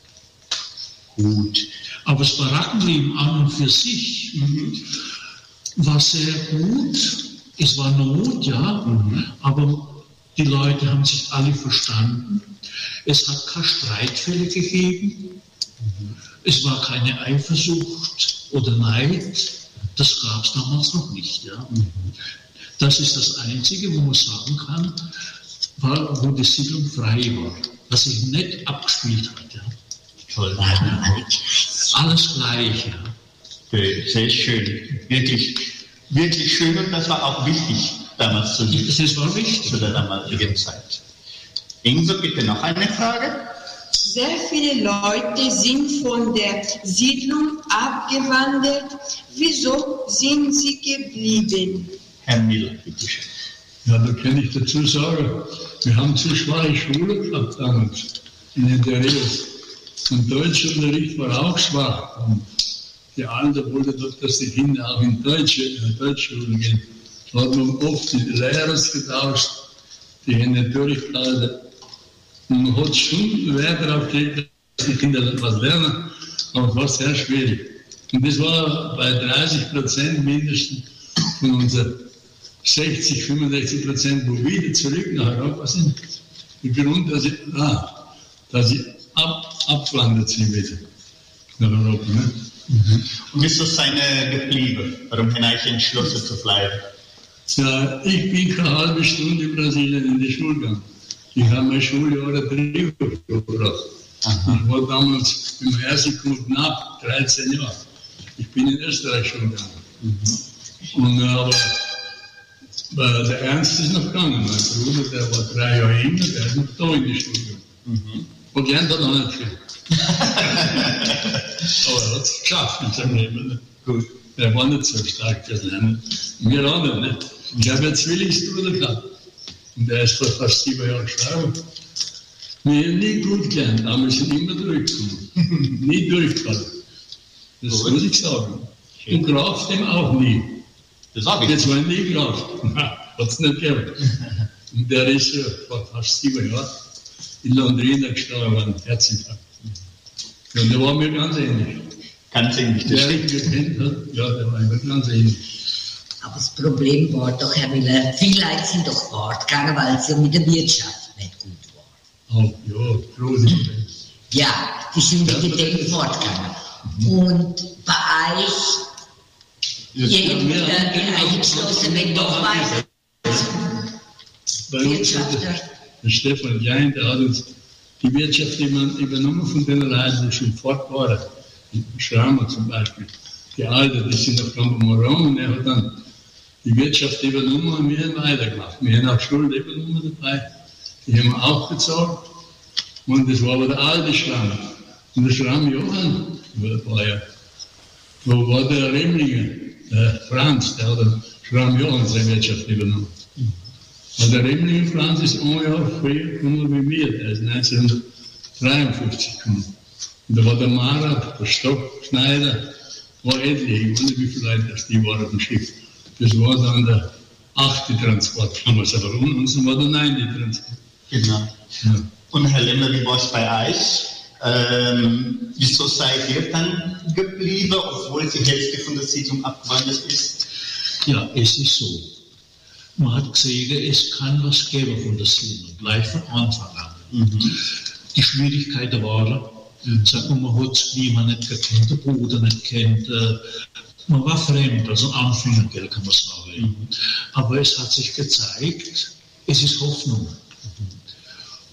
Gut. Aber das Barackenleben an und für sich mhm. war sehr gut. Es war Not, ja, mhm. aber die Leute haben sich alle verstanden. Es hat keine Streitfälle gegeben. Mhm. Es war keine Eifersucht oder Neid. Das gab es damals noch nicht. Ja. Mhm. Das ist das Einzige, wo man sagen kann, war, wo die Siedlung frei war, was sich nicht abgespielt hat. Ja. Toll. Alles gleich. Ja. Okay, sehr schön. Wirklich, wirklich schön und das war auch wichtig damals zu Das war wichtig. Zu der damaligen ja. Zeit. Ingo, bitte noch eine Frage? Sehr viele Leute sind von der Siedlung abgewandert. Wieso sind sie geblieben? Herr Miller, bitte schön. Ja, da kann ich dazu sagen, wir haben zu schwache Schule gehabt damals in Interreos. Und Deutschunterricht war auch schwach. Und die Alten wollten doch, dass die Kinder auch in Deutsche, in die Deutschschule gehen. Da hat man oft die Lehrer getauscht, die haben nicht durchgehalten. Und man hat Stunden Wert darauf gelegt, dass die Kinder etwas lernen, aber es war sehr schwierig. Und das war bei dreißig Prozent mindestens von unseren sechzig, fünfundsechzig Prozent, wo wieder zurück nach Europa sind. Der Grund, dass ich, ah, dass ich ab, abwandert sind wieder nach Europa. Ne? Mhm. Und wieso seid ihr geblieben? Warum habt ihr entschlossen zu bleiben? Ja, ich bin keine halbe Stunde in Brasilien in die Schule gegangen. Ich habe mein Schuljahr drüber verbracht. Ich war damals im ersten knapp dreizehn Jahre. Ich bin in Österreich schon gegangen. Mhm. Und, aber äh, der Ernst ist noch gegangen. Mein Bruder, der war drei Jahre jünger, der ist noch da in die Schule gegangen. Mhm. Und gelernt hat er noch nicht viel. Aber er hat es geschafft in seinem Leben. Ne? Gut. Er war nicht so stark fürs Lernen. Wir auch nicht. Ne? Ich habe einen Zwillingsbruder gehabt. Und der ist vor fast sieben Jahren gestorben. Wir haben nie gut gelernt, aber wir sind immer durchgekommen. Nie durchgefallen. Das gut. Muss ich sagen. Schön. Und Graf dem auch nie. Das habe ich. Jetzt war ich nie Graf. Hat es nicht gegeben. Und der ist äh, vor fast sieben Jahren in Londrina gestorben an Herzinfarkt. Und der war mir ganz ähnlich. Ganz ähnlich, das der gekannt hat, ja, der war mir ganz ähnlich. Aber das Problem war doch, Herr Miller, viele Leute sind doch fortgegangen, weil es ja mit der Wirtschaft nicht gut war. Oh, ja, große Probleme. Ja, die sind mit dem Denken fortgegangen. Und bei euch, irgendwie eingeschlossen, wenn doch weiter. Bei uns der, der Stefan Klein, der hat uns die Wirtschaft übernommen von den Leuten, die schon fort waren. Schrammer zum Beispiel. Die Alten, die sind auf Campomoron und er hat dann die Wirtschaft übernommen und wir haben weitergemacht. Wir haben auch Schulden übernommen dabei, die haben wir auch gezahlt. Und das war aber der alte Schramm. Und der Schramm Johann, war ja, wo war der Remlinger, der Franz, der hat den Schramm Johann seine Wirtschaft übernommen. Und der Remlinger Franz ist ein Jahr früher gekommen wie wir, der ist neunzehnhundertdreiundfünfzig gekommen. Und da war der Marat, der Stockschneider, war etliche, ich weiß nicht, wie viele Leute das die waren auf dem Schiff. Das war dann der achte Transport, kann man sagen. Und uns war der neunte Transport. Genau. Ja. Und Herr Lemmer, wie war es bei euch? Ähm, wieso seid ihr dann geblieben, obwohl die Hälfte von der Siedlung abgewandert ist? Ja, es ist so. Man hat gesehen, es kann was geben von der Siedlung, gleich von Anfang an. Mhm. Die Schwierigkeiten waren, sagt man, man hat das Klima nicht gekannt, der Boden nicht kennt, äh, man war fremd, also Anfänger, kann man sagen. Mhm. Aber es hat sich gezeigt, es ist Hoffnung. Mhm.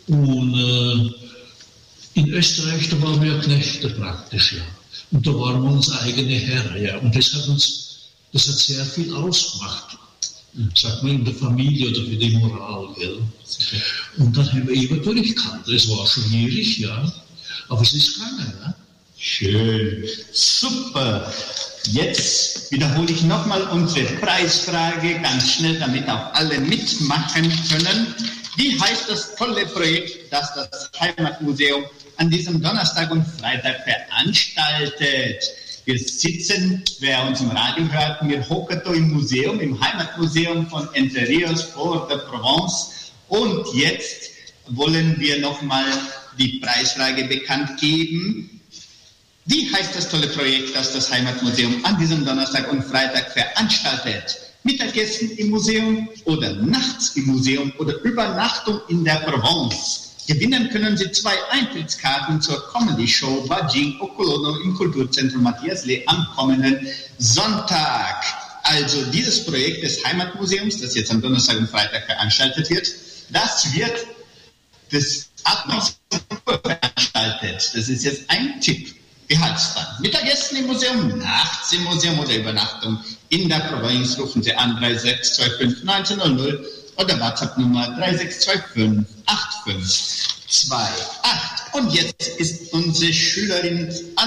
Und äh, in Österreich, da waren wir Knechte praktisch, ja. Und da waren wir uns eigene Herren, ja. Und das hat uns, das hat sehr viel ausgemacht. Sagt man in der Familie oder für die Moral, gell. Und dann haben wir eben durchgekannt. Es war schwierig, ja. Aber es ist gegangen, ja. Schön. Super. Jetzt wiederhole ich nochmal unsere Preisfrage ganz schnell, damit auch alle mitmachen können. Wie heißt das tolle Projekt, das das Heimatmuseum an diesem Donnerstag und Freitag veranstaltet? Wir sitzen, wer uns im Radio hört, wir hocken da im Museum, im Heimatmuseum von Entre Rios vor der Provence. Und jetzt wollen wir nochmal die Preisfrage bekannt geben. Wie heißt das tolle Projekt, das das Heimatmuseum an diesem Donnerstag und Freitag veranstaltet? Mittagessen im Museum oder nachts im Museum oder Übernachtung in der Provence? Gewinnen können Sie zwei Eintrittskarten zur Comedy-Show Bajing Okolono im Kulturzentrum Matthias Lee am kommenden Sonntag. Also dieses Projekt des Heimatmuseums, das jetzt am Donnerstag und Freitag veranstaltet wird, das wird das ab neunzehn Uhr veranstaltet. Das ist jetzt ein Tipp. Wie heißt es dann? Mittagessen im Museum, nachts im Museum oder Übernachtung in der Provence. Rufen Sie an drei sechs zwei fünf neunzehn null null oder WhatsApp-Nummer drei sechs zwei fünf acht fünf zwei acht. Und jetzt ist unsere Schülerin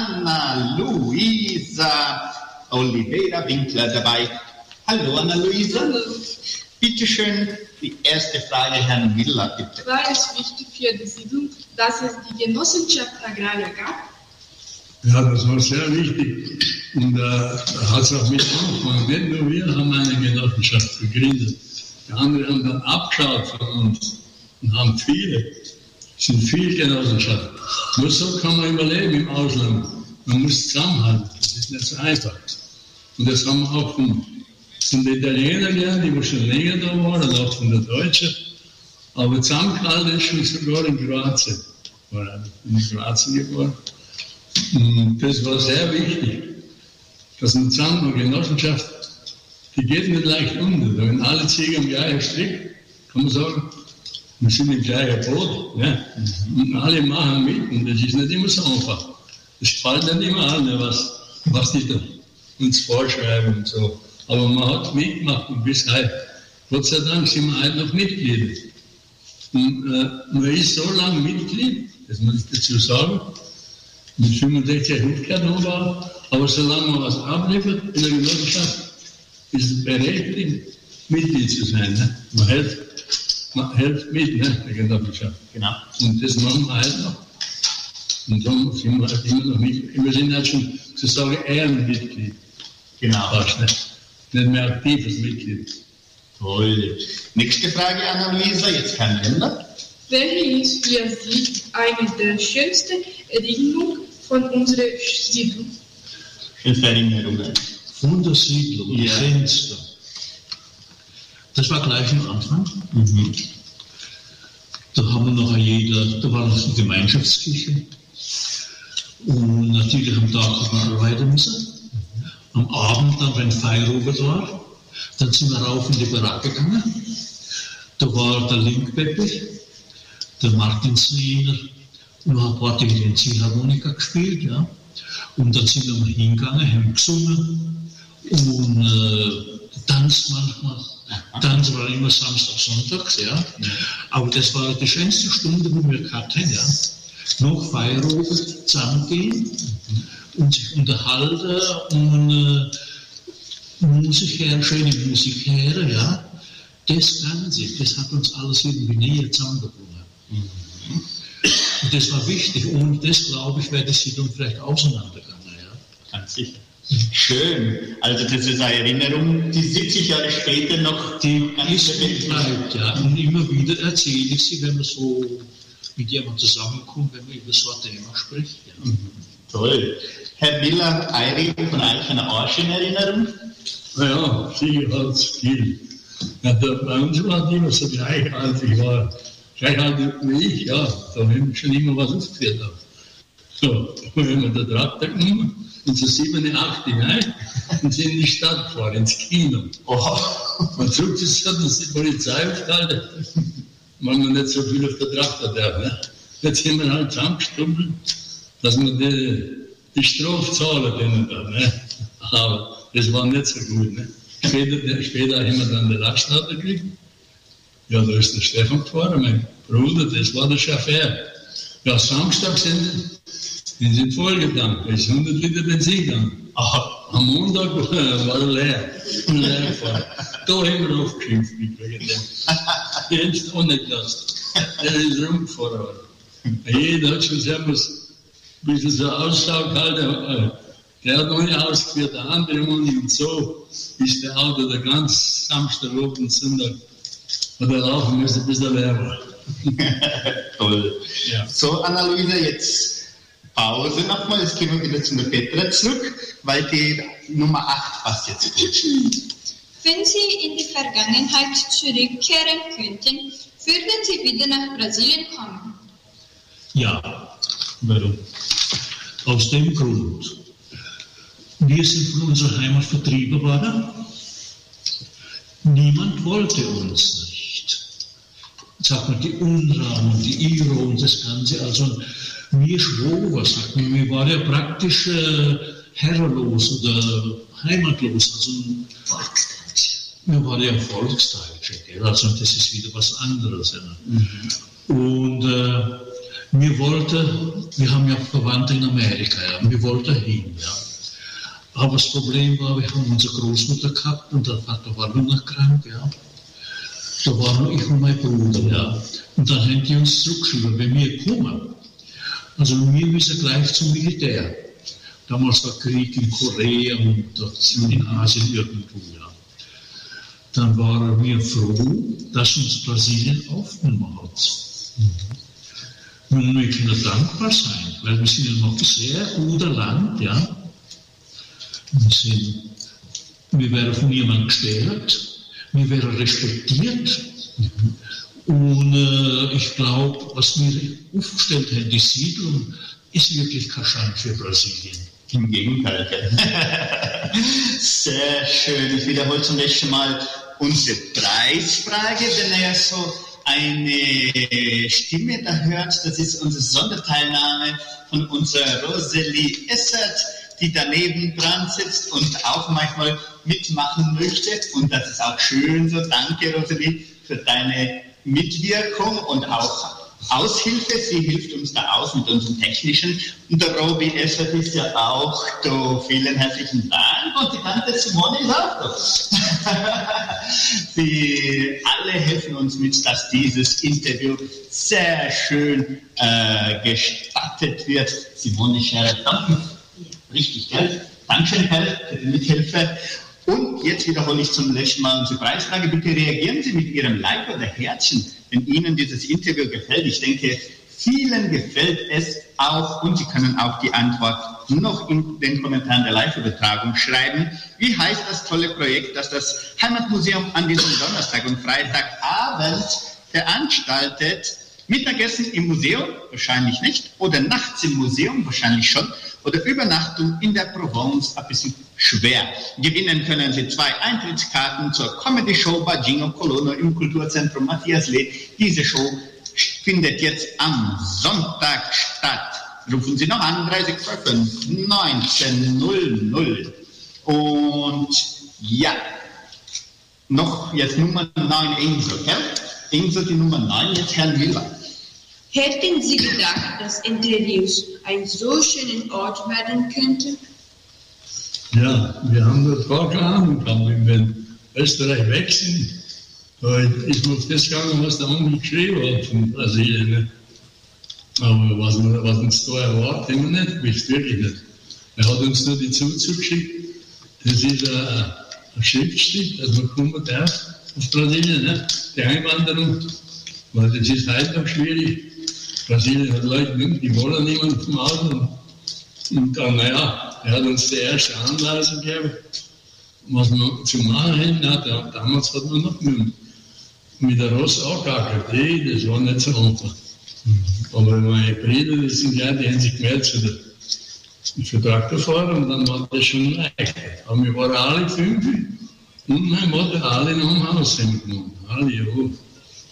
Anna-Luisa Oliveira Winkler dabei. Hallo Anna-Luisa. Hallo. Bitte schön, die erste Frage, Herrn Miller, bitte. War es wichtig für die Siedlung, dass es die Genossenschaft Agraria gab? Ja, das war sehr wichtig. Und äh, da hat es auch mit angefangen. Nicht nur wir haben eine Genossenschaft gegründet. Die anderen haben dann abgeschaut von uns und haben viele. Es sind viele Genossenschaften. Nur so kann man überleben im Ausland. Man muss zusammenhalten. Das ist nicht so einfach. Und das haben wir auch von, von den Italienern gelernt, die schon länger da waren, und auch von den Deutschen. Aber zusammengehalten ist schon sogar in Kroatien. Ich war in Kroatien geboren. Und das war sehr wichtig, dass man zusammen eine Genossenschaft, die geht nicht leicht unter. Wenn alle ziehen am gleichen Strick, kann man sagen, wir sind im gleichen Boot. Ja? Und alle machen mit. Und das ist nicht immer so einfach. Es gefällt nicht immer allen, was, was die da uns vorschreiben und so. Aber man hat mitgemacht und bis heute, Gott sei Dank, sind wir heute noch Mitglieder. Und äh, man ist so lange Mitglied, das muss ich dazu sagen, mit fünfundsechzig aufgehört war, aber solange man was abliefert in der Genossenschaft, ist es berechtigt, Mitglied zu sein. Ne? Man hilft, man hilft mit, ne, der Genossenschaft. Genau. Und das machen wir halt noch. Und darum sind wir halt immer noch Mitglied. Wir sind halt schon sozusagen Ehrenmitglied. Genau. Fast, ne? Nicht mehr aktives Mitglied. Toll. Nächste Frage, Anna-Luisa, jetzt kein Länder. Welche ist für Sie eine der schönsten Erinnerungen von unserer Siedlung? Schönste Erinnerungen. Von der Siedlung, Ja. Fenster. Das war gleich am Anfang. Mhm. Da haben wir noch jeder, da war noch die Gemeinschaftskirche. Und natürlich am Tag hat man arbeiten müssen. Am Abend dann, wenn Feierabend war, dann sind wir rauf in die Baracke gegangen. Da war der Linkbeppich, der Martin Sneiner, und hat ein paar die Ziehharmonika gespielt, ja. Und dann sind wir mal hingegangen, haben gesungen und äh, getanzt manchmal. Tanz war immer Samstag, Sonntags, ja. Aber das war die schönste Stunde, die wir gehabt haben, ja. Noch Feierabend zusammengehen und sich unterhalten und äh, Musik her, schöne Musik her, ja. Das Ganze, das hat uns alles irgendwie näher zusammengebracht. Mhm. Und das war wichtig. Ohne das, glaube ich, wäre die Siedlung vielleicht auseinandergegangen. Ja. Ganz sicher. Schön. Also das ist eine Erinnerung, die siebzig Jahre später noch die ist und bleibt. Ja. Und immer wieder erzähle ich sie, wenn man so mit jemandem zusammenkommt, wenn man über so ein Thema spricht. Ja. Mhm. Toll. Herr Miller, Eiri, von euch eine arschige Erinnerung? Naja, sicher hat es viel. Ja, da, bei uns war die immer so gleichaltig, war gleichaltig wie ich, ja, da haben wir schon immer was aufgeführt. So, da haben wir den Traktor genommen und so sieben, acht hinein und sind in die Stadt gefahren, ins Kino. Oh. Und zurück ist, hat uns die Polizei aufgehalten weil man nicht so viel auf der Tracht darf. Ne? Jetzt sind wir halt zusammengestummelt, dass wir die, die Strafe zahlen können. Da, ne? Aber das war nicht so gut. Ne? Später, später haben wir dann den Lastauto gekriegt. Ja, da ist der Stefan gefahren, mein Bruder, das war der Chauffeur. Ja, Samstag sind die sind vollgetankt, da ist hundert Liter Benzin gegangen. Am Montag war er leer. leer gefahren. Da haben wir aufgeschimpft wegen dem. Der hat es auch nicht gelassen. Der ist rumgefahren. Jeder hat schon selber ein bisschen so Aussage gehalten. Der hat ohne ausgeführt, der andere und so ist der Auto der ganz Samstag und Sonntag hat er laufen müssen, bis er leer war. Toll. Ja. So, Anna-Luisa, jetzt Pause nochmal, jetzt gehen wir wieder zu der Petra zurück, weil die Nummer acht passt jetzt gut. Wenn Sie in die Vergangenheit zurückkehren könnten, würden Sie wieder nach Brasilien kommen? Ja, warum? Aus dem Grund. Wir sind von unserer Heimat vertrieben worden. Niemand wollte uns nicht. Sagt man, die UNRWA und die I R O und das Ganze. Also wir Schwober, sagt man, wir waren ja praktisch äh, herrenlos oder heimatlos. Also, wir waren ja Volksdeutsche, gell? Also das ist wieder was anderes. Ja. Mhm. Und äh, wir wollten, wir haben ja Verwandte in Amerika, ja, wir wollten hin. Ja. Aber das Problem war, wir haben unsere Großmutter gehabt und der Vater war nur noch krank. Ja. Da war nur ich und mein Bruder. Ja. Und dann haben die uns zurückgeschrieben, wenn wir kommen, also wir müssen gleich zum Militär. Damals war Krieg in Korea und in Asien irgendwo. Ja. Dann waren wir froh, dass uns Brasilien aufgenommen hat. Mhm. Und wir können dankbar sein, weil wir sind ja noch ein sehr guter Land. Ja. Wir, sind, wir werden von jemandem gestärkt, wir werden respektiert. Mhm. Und äh, ich glaube, was wir aufgestellt haben, die Siedlung, ist wirklich kein Schande für Brasilien. Im Gegenteil. Sehr schön. Ich wiederhole zum letzten Mal unsere Preisfrage, wenn ihr so eine Stimme da hört, das ist unsere Sonderteilnahme von unserer Rosalie Essert, die daneben dran sitzt und auch manchmal mitmachen möchte. Und das ist auch schön so. Danke, Rosalie, für deine Mitwirkung und auch Aushilfe. Sie hilft uns da aus mit unserem Technischen. Und der Robi Essert ist ja auch da. Vielen herzlichen Dank. Und die Tante Simone ist auch da. Sie alle helfen uns mit, dass dieses Interview sehr schön äh, gestattet wird. Simone Scherer, danke. Richtig, gell? Dankeschön, Herr, für die Mithilfe. Und jetzt wiederhole ich zum letzten Mal unsere Preisfrage. Bitte reagieren Sie mit Ihrem Like oder Herzchen, wenn Ihnen dieses Interview gefällt. Ich denke, vielen gefällt es auch und Sie können auch die Antwort noch in den Kommentaren der Live-Übertragung schreiben. Wie heißt das tolle Projekt, das das Heimatmuseum an diesem Donnerstag und Freitagabend veranstaltet? Mittagessen im Museum? Wahrscheinlich nicht. Oder nachts im Museum? Wahrscheinlich schon. Oder Übernachtung in der Provence? Ein bisschen schwer. Gewinnen können Sie zwei Eintrittskarten zur Comedy-Show bei Gingo Colono im Kulturzentrum Matthias Lee. Diese Show findet jetzt am Sonntag statt. Rufen Sie noch an, drei sechs zwei fünf neunzehn null null. Und ja, noch jetzt Nummer neun Insel, gell? Insel die Nummer neun, jetzt Herr Müller. Hätten Sie gedacht, dass Entre Rios ein so schöner Ort werden könnte? Ja, wir haben das gar keine Ahnung gehabt. Wenn wir in Österreich weg sind, da ist mir auf das gegangen, was der Onkel geschrieben hat von Brasilien. Ne? Aber was, was uns da erwartet, haben wir nicht gewusst, wirklich nicht. Er hat uns nur die Zuzug geschickt. Das ist ein, ein Schriftstück, dass man kommen darf auf Brasilien, ne? Die Einwanderung. Weil das ist heute noch schwierig. Brasilien hat Leute, die wollen niemanden vom Ausland. Und dann, naja, er hat uns die erste Anweisung gegeben, was wir zu machen hätten. Ja, damals hat man noch mit, mit der Ross angegackert. Hey, das war nicht so einfach. Aber meine Brüder, das sind ja, die haben sich gemeldet für den, für Traktorfahrer und dann war das schon leicht. Aber wir waren alle fünf und meine Mutter alle noch im Haus genommen. Alle, ja.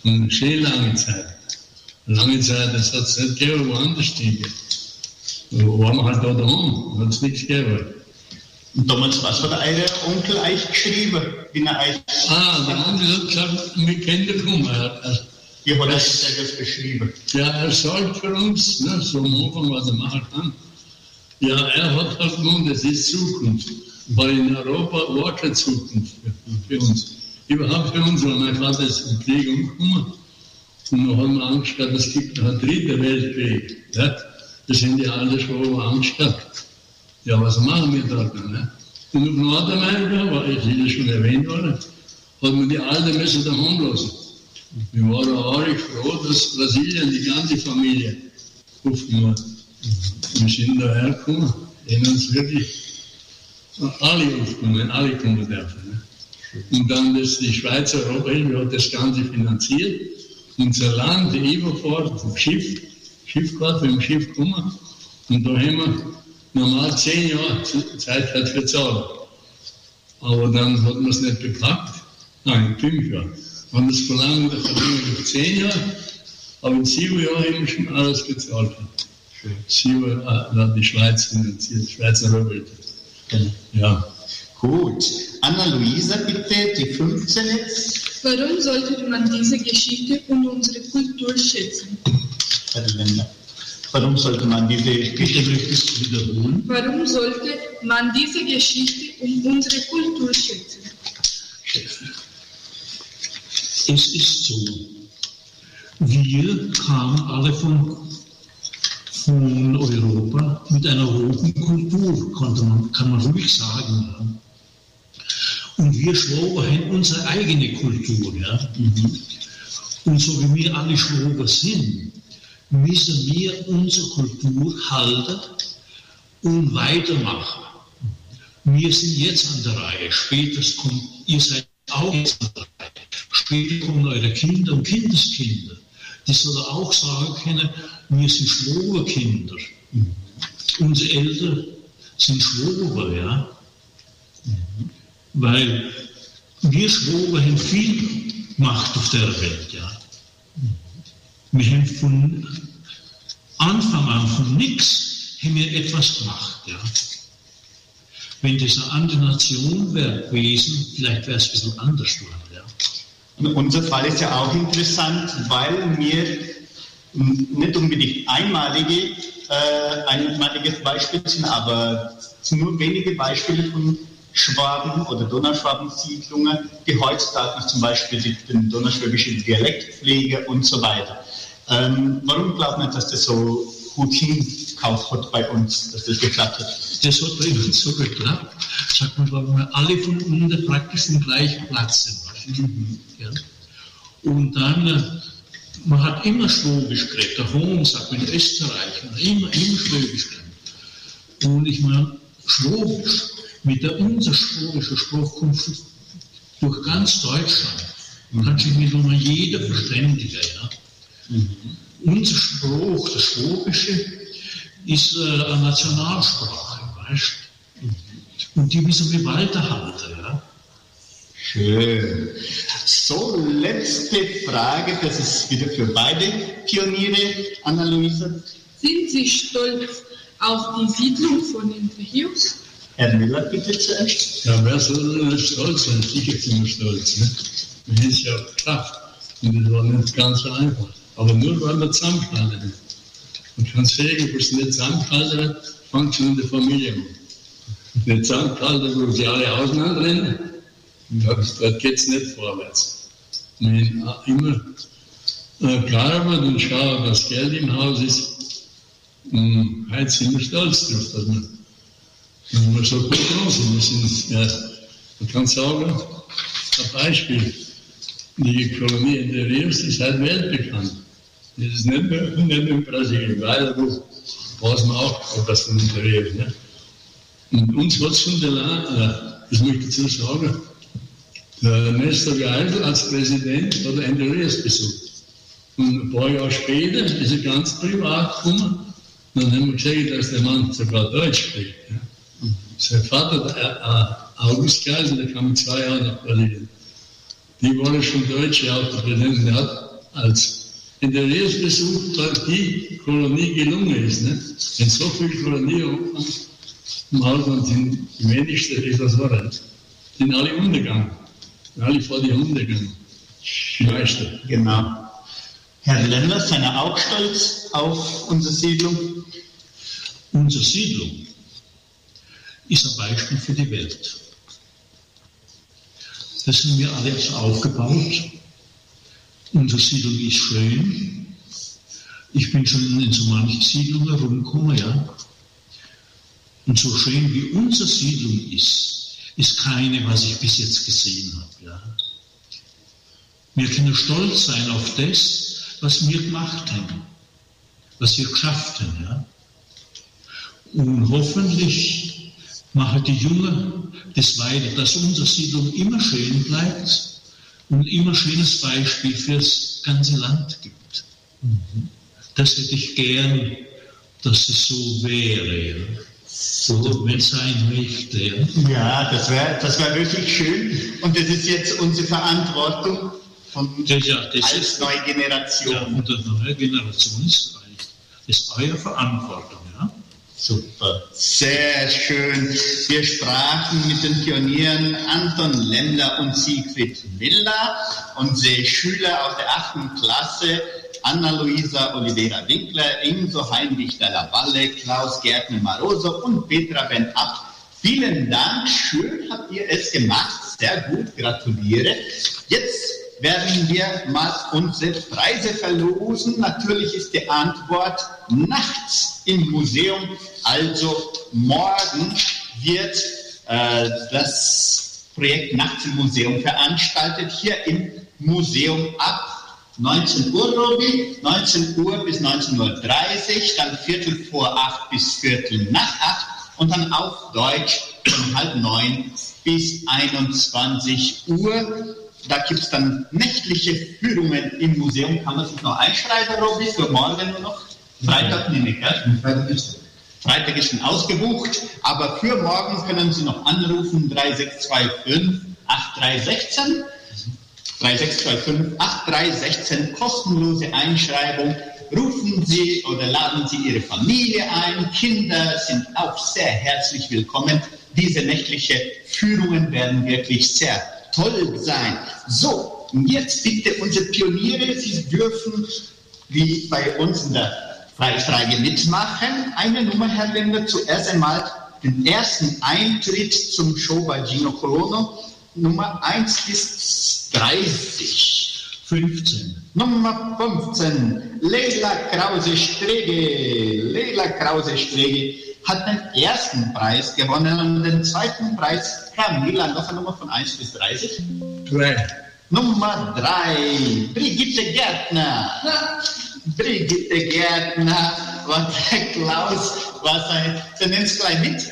Und schön lange Zeit. Lange Zeit, das hat es nicht gegeben, woanders gegeben. Da waren wir halt da daheim, hat es nichts gegeben. Und damals, was hat euer Onkel euch geschrieben? Wenn er euch ah, der Onkel hat gesagt, wir können da kommen. Wie hat er das beschrieben? Ja, er sagt für uns, ne, so am Anfang, was er machen kann. Ja, er hat halt gemeint, das ist Zukunft. Weil in Europa war keine Zukunft für, für uns. Überhaupt für uns, weil mein Vater ist im Krieg umgekommen. Und dann haben wir Angst gehabt, es gibt noch einen dritten Weltkrieg. Ja? Das sind die alle schon Angst gehabt. Ja, was machen wir da? Ne? Und auf Nordamerika, weil ich das schon erwähnt wurde, hat man die Alten müssen daheim lassen. Wir waren auch froh, dass Brasilien die ganze Familie aufgenommen hat. Wir sind da hergekommen, die uns wirklich alle aufgenommen, alle kommen dürfen. Ne? Und dann das, die Schweizer Europahilfe hat das Ganze finanziert. Unser Land, die Überfahrt vom Schiff, Schiff gehabt, wir haben Schiff gekommen. Und da haben wir normal zehn Jahre Zeit gehabt für zahlen. Aber dann hat man es nicht gepackt. Nein, fünf Jahre. Wir haben das verlangt, der Verlängerung auf zehn Jahre. Aber in sieben Jahren haben wir schon alles gezahlt. Sieben Jahre hat die Schweiz finanziert, die Schweizer Europahilfe. Ja. Gut. Anna-Luisa, bitte, die fünfzehn jetzt. Warum sollte man diese Geschichte und unsere Kultur schätzen? Herr Länder. Warum sollte man diese Geschichte wiederholen? Warum sollte man diese Geschichte und unsere Kultur schätzen? Es ist so, wir kamen alle von, von Europa mit einer hohen Kultur, konnte man, kann man ruhig sagen. Ja. Und wir Schwaber haben unsere eigene Kultur. Ja. Mhm. Und so wie wir alle Schwaber sind, müssen wir unsere Kultur halten und weitermachen. Wir sind jetzt an der Reihe, später kommt, ihr seid auch jetzt an der Reihe. Später kommen eure Kinder und Kindeskinder. Die sollen auch sagen können, wir sind Schwaberkinder. Mhm. Unsere Eltern sind Schwaber, ja. Mhm. Weil wir Schwaber haben viel Macht auf der Welt, ja. Wir haben von Anfang an, von nichts, haben wir etwas gemacht, ja. Wenn das eine andere Nation wäre gewesen, vielleicht wäre es ein bisschen anders geworden, ja. Und unser Fall ist ja auch interessant, weil wir nicht unbedingt einmalige, äh, einmaliges Beispiel sind, aber nur wenige Beispiele von Schwaben oder Donauschwaben-Siedlungen, die heutzutage noch zum Beispiel den donauschwäbischen Dialekt pflegen und so weiter. Ähm, warum glaubt man, dass das so gut hingekauft hat bei uns, dass das geklappt hat? Das hat bei uns so geklappt, sagt man, weil wir alle von unten praktisch im gleichen Platz sind. Mhm. Ja. Und dann, äh, man hat immer Schwäbisch geredet, der Home sagt man in Österreich, man hat immer, immer Schwäbisch geredet. Und ich meine, Schwäbisch, mit der unser schwäbische Spruch kommt durch ganz Deutschland. Mhm. Kann sich mit nur jeder verständigen. Ja? Mhm. Unser Spruch, das Schwäbische, ist äh, eine Nationalsprache, weißt du? Mhm. Und die müssen wir weiterhalten. Ja? Schön. So, letzte Frage, das ist wieder für beide Pioniere, Anna-Luisa. Sind Sie stolz auf die Siedlung von Entre Rios? Herr Miller, bitte zuerst. Ja, wer soll denn stolz sein? Sicher sind wir stolz. Ne? Wir haben es ja auch geschafft. Und das war nicht ganz so einfach. Aber nur, weil wir zusammengehalten haben. Und ganz sagen, wo es nicht zusammengehalten hat, fängt schon in der Familie an. Nicht zusammengehalten, wo sie alle auseinanderrennen, dort geht es nicht vorwärts. Wir haben immer äh, gearbeitet und schauen, dass Geld im Haus ist. Und heute sind wir stolz drauf, dass wir wenn wir so gut dran sind, wir sind, ja, man kann sagen, ein Beispiel, die Kolonie in der Rios ist halt weltbekannt. Das ist nicht mehr, nicht mehr in Brasilien, weil wo weiß man auch, was von der Rios. Ne? Und uns hat es schon der Land, das möchte ich dazu sagen, der Nestor Geisel als Präsident hat er in der Rios besucht. Und ein paar Jahre später ist er ganz privat gekommen, dann haben wir gesehen, dass der Mann sogar Deutsch spricht. Ja? Sein Vater, der August Geisel, der kam mit zwei Jahren nach Brasilien. Die waren schon Deutsche, auch der Präsident, der hat als Interieurbesuch dort die Kolonie gelungen ist. Ne? Wenn so viele Kolonien im Ausland sind, die wenigsten, die das waren, sind alle untergegangen. Alle vor die untergegangen. Die meisten. Genau. Herr Lemmler, sind Sie auch stolz auf unsere Siedlung? Unsere Siedlung ist ein Beispiel für die Welt. Das haben wir alles aufgebaut. Unsere Siedlung ist schön. Ich bin schon in so manchen Siedlungen rumgekommen, ja. Und so schön wie unsere Siedlung ist, ist keine, was ich bis jetzt gesehen habe, ja. Wir können stolz sein auf das, was wir gemacht haben, was wir geschafft haben, ja. Und hoffentlich machen die Jungen das weiter, dass unsere Siedlung immer schön bleibt und immer schönes Beispiel fürs ganze Land gibt. Mhm. Das hätte ich gern, dass es so wäre, ja. So, wenn es sein möchte. Ja, ja das wäre das wär wirklich schön. Und das ist jetzt unsere Verantwortung von das, ja, das als ist, neue Generation. Ja, und die neue Generation ist, ist eure Verantwortung. Ja? Super, sehr schön. Wir sprachen mit den Pionieren Anton Lemmler und Siegfried Miller, unsere Schüler aus der achten Klasse, Anna-Luisa Oliveira Winkler, Inso Heinrich de la Valle, Klaus Gärtner Maroso und Petra Ben Abt. Vielen Dank, schön habt ihr es gemacht, sehr gut, gratuliere. Jetzt werden wir mal unsere Preise verlosen. Natürlich ist die Antwort nachts im Museum, also morgen wird äh, das Projekt Nachts im Museum veranstaltet, hier im Museum ab neunzehn Uhr, Robi, neunzehn Uhr bis neunzehn Uhr dreißig, dann Viertel vor acht bis Viertel nach acht und dann auf Deutsch von halb neun bis einundzwanzig Uhr. Da gibt es dann nächtliche Führungen im Museum. Kann man sich noch einschreiben, Robi, für morgen nur noch? Freitag nehme ich, gell? Freitag ist Freitag ist schon ausgebucht, aber für morgen können Sie noch anrufen, drei sechs zwei fünf acht drei ein sechs. drei sechs zwei fünf acht drei ein sechs, kostenlose Einschreibung. Rufen Sie oder laden Sie Ihre Familie ein. Kinder sind auch sehr herzlich willkommen. Diese nächtlichen Führungen werden wirklich sehr toll sein. So, und jetzt bitte unsere Pioniere, Sie dürfen, wie bei uns in der Preisfrage mitmachen. Eine Nummer, Herr Lemmler, zuerst einmal den ersten Eintritt zum Show bei Gino Colono. Nummer eins bis dreißig. fünfzehn. Nummer fünfzehn. Leila Krause-Strege. Leila Krause-Strege hat den ersten Preis gewonnen und den zweiten Preis Camilla. Noch eine Nummer von eins bis dreißig. drei. Nummer drei. Brigitte Gärtner. Brigitte Gärtner. Und der Klaus war sein, sie nennt es gleich mit.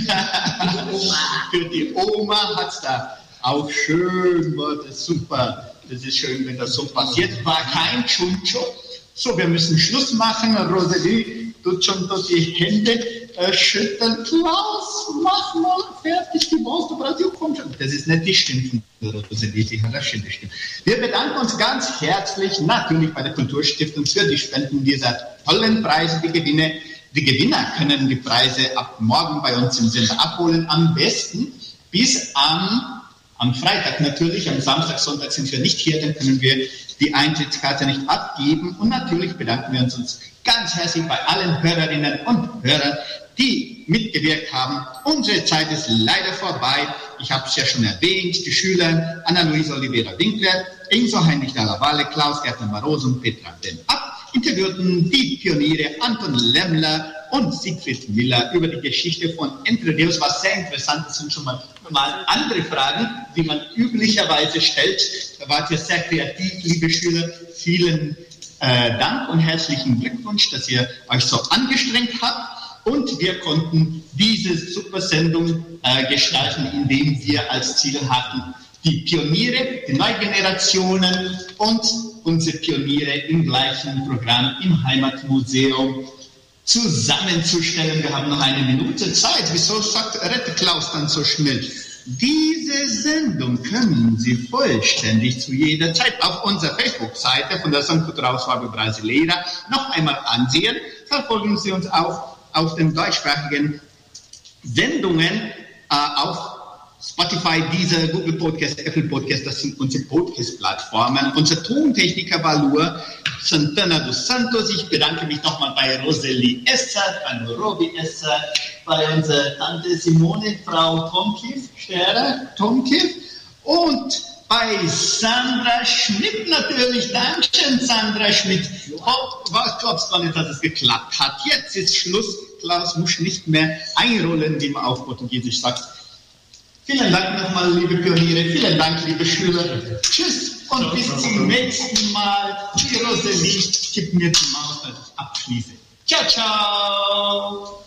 Für die Oma hat es da auch schön, war das super. Das ist schön, wenn das so passiert. War kein Chuncho. So, wir müssen Schluss machen. Rosalie tut schon dort die Hände äh, schütteln. Klaus, mach mal fertig die Wurst, du brauchst, komm schon. Das ist nicht die Stimme von Rosalie, die hat eine schöne Stimme. Wir bedanken uns ganz herzlich natürlich bei der Kulturstiftung für die Spenden dieser tollen Preise. Die Gewinne, die Gewinner können die Preise ab morgen bei uns im Sender abholen. Am besten bis am Am Freitag natürlich, am Samstag, Sonntag sind wir nicht hier, dann können wir die Eintrittskarte nicht abgeben. Und natürlich bedanken wir uns ganz herzlich bei allen Hörerinnen und Hörern, die mitgewirkt haben. Unsere Zeit ist leider vorbei. Ich habe es ja schon erwähnt, die Schüler Anna-Luisa Oliveira Winkler, Inso Heinrich de la Valle, Klaus Gärtner Maroso und Petra Ben Abt interviewten die Pioniere Anton Lemmler und Siegfried Miller über die Geschichte von Entre Rios. Was sehr interessant ist, sind schon mal, mal andere Fragen, die man üblicherweise stellt. Da wart ihr sehr kreativ, liebe Schüler. Vielen äh, Dank und herzlichen Glückwunsch, dass ihr euch so angestrengt habt. Und wir konnten diese super Sendung äh, gestalten, indem wir als Ziel hatten, die Pioniere, die Neugenerationen und unsere Pioniere im gleichen Programm im Heimatmuseum zusammenzustellen. Wir haben noch eine Minute Zeit. Wieso sagt Rette Klaus dann so schnell? Diese Sendung können Sie vollständig zu jeder Zeit auf unserer Facebook-Seite von der Ação Cultural Suave Brasileira noch einmal ansehen. Verfolgen Sie uns auch auf den deutschsprachigen Sendungen äh, auf Spotify, Deezer, Google Podcast, Apple Podcast, das sind unsere Podcast-Plattformen. Unser Tontechniker war Lua Santana dos Santos. Ich bedanke mich nochmal bei Rosalie Esser, bei Robi Esser, bei unserer Tante Simone, Frau Tomkiv, Scherer, Tomkiv und bei Sandra Schmidt natürlich. Dankeschön, Sandra Schmidt. Oh, was glaubst du nicht, dass es geklappt hat? Jetzt ist Schluss. Klaus muss nicht mehr einrollen, wie man auf Portugiesisch sagt. Vielen Dank nochmal, liebe Pioniere. Vielen Dank, liebe Schüler. Tschüss und bis zum nächsten Mal. Die Rosalie gibt mir die Maus, dass ich abschließe. Ciao, ciao.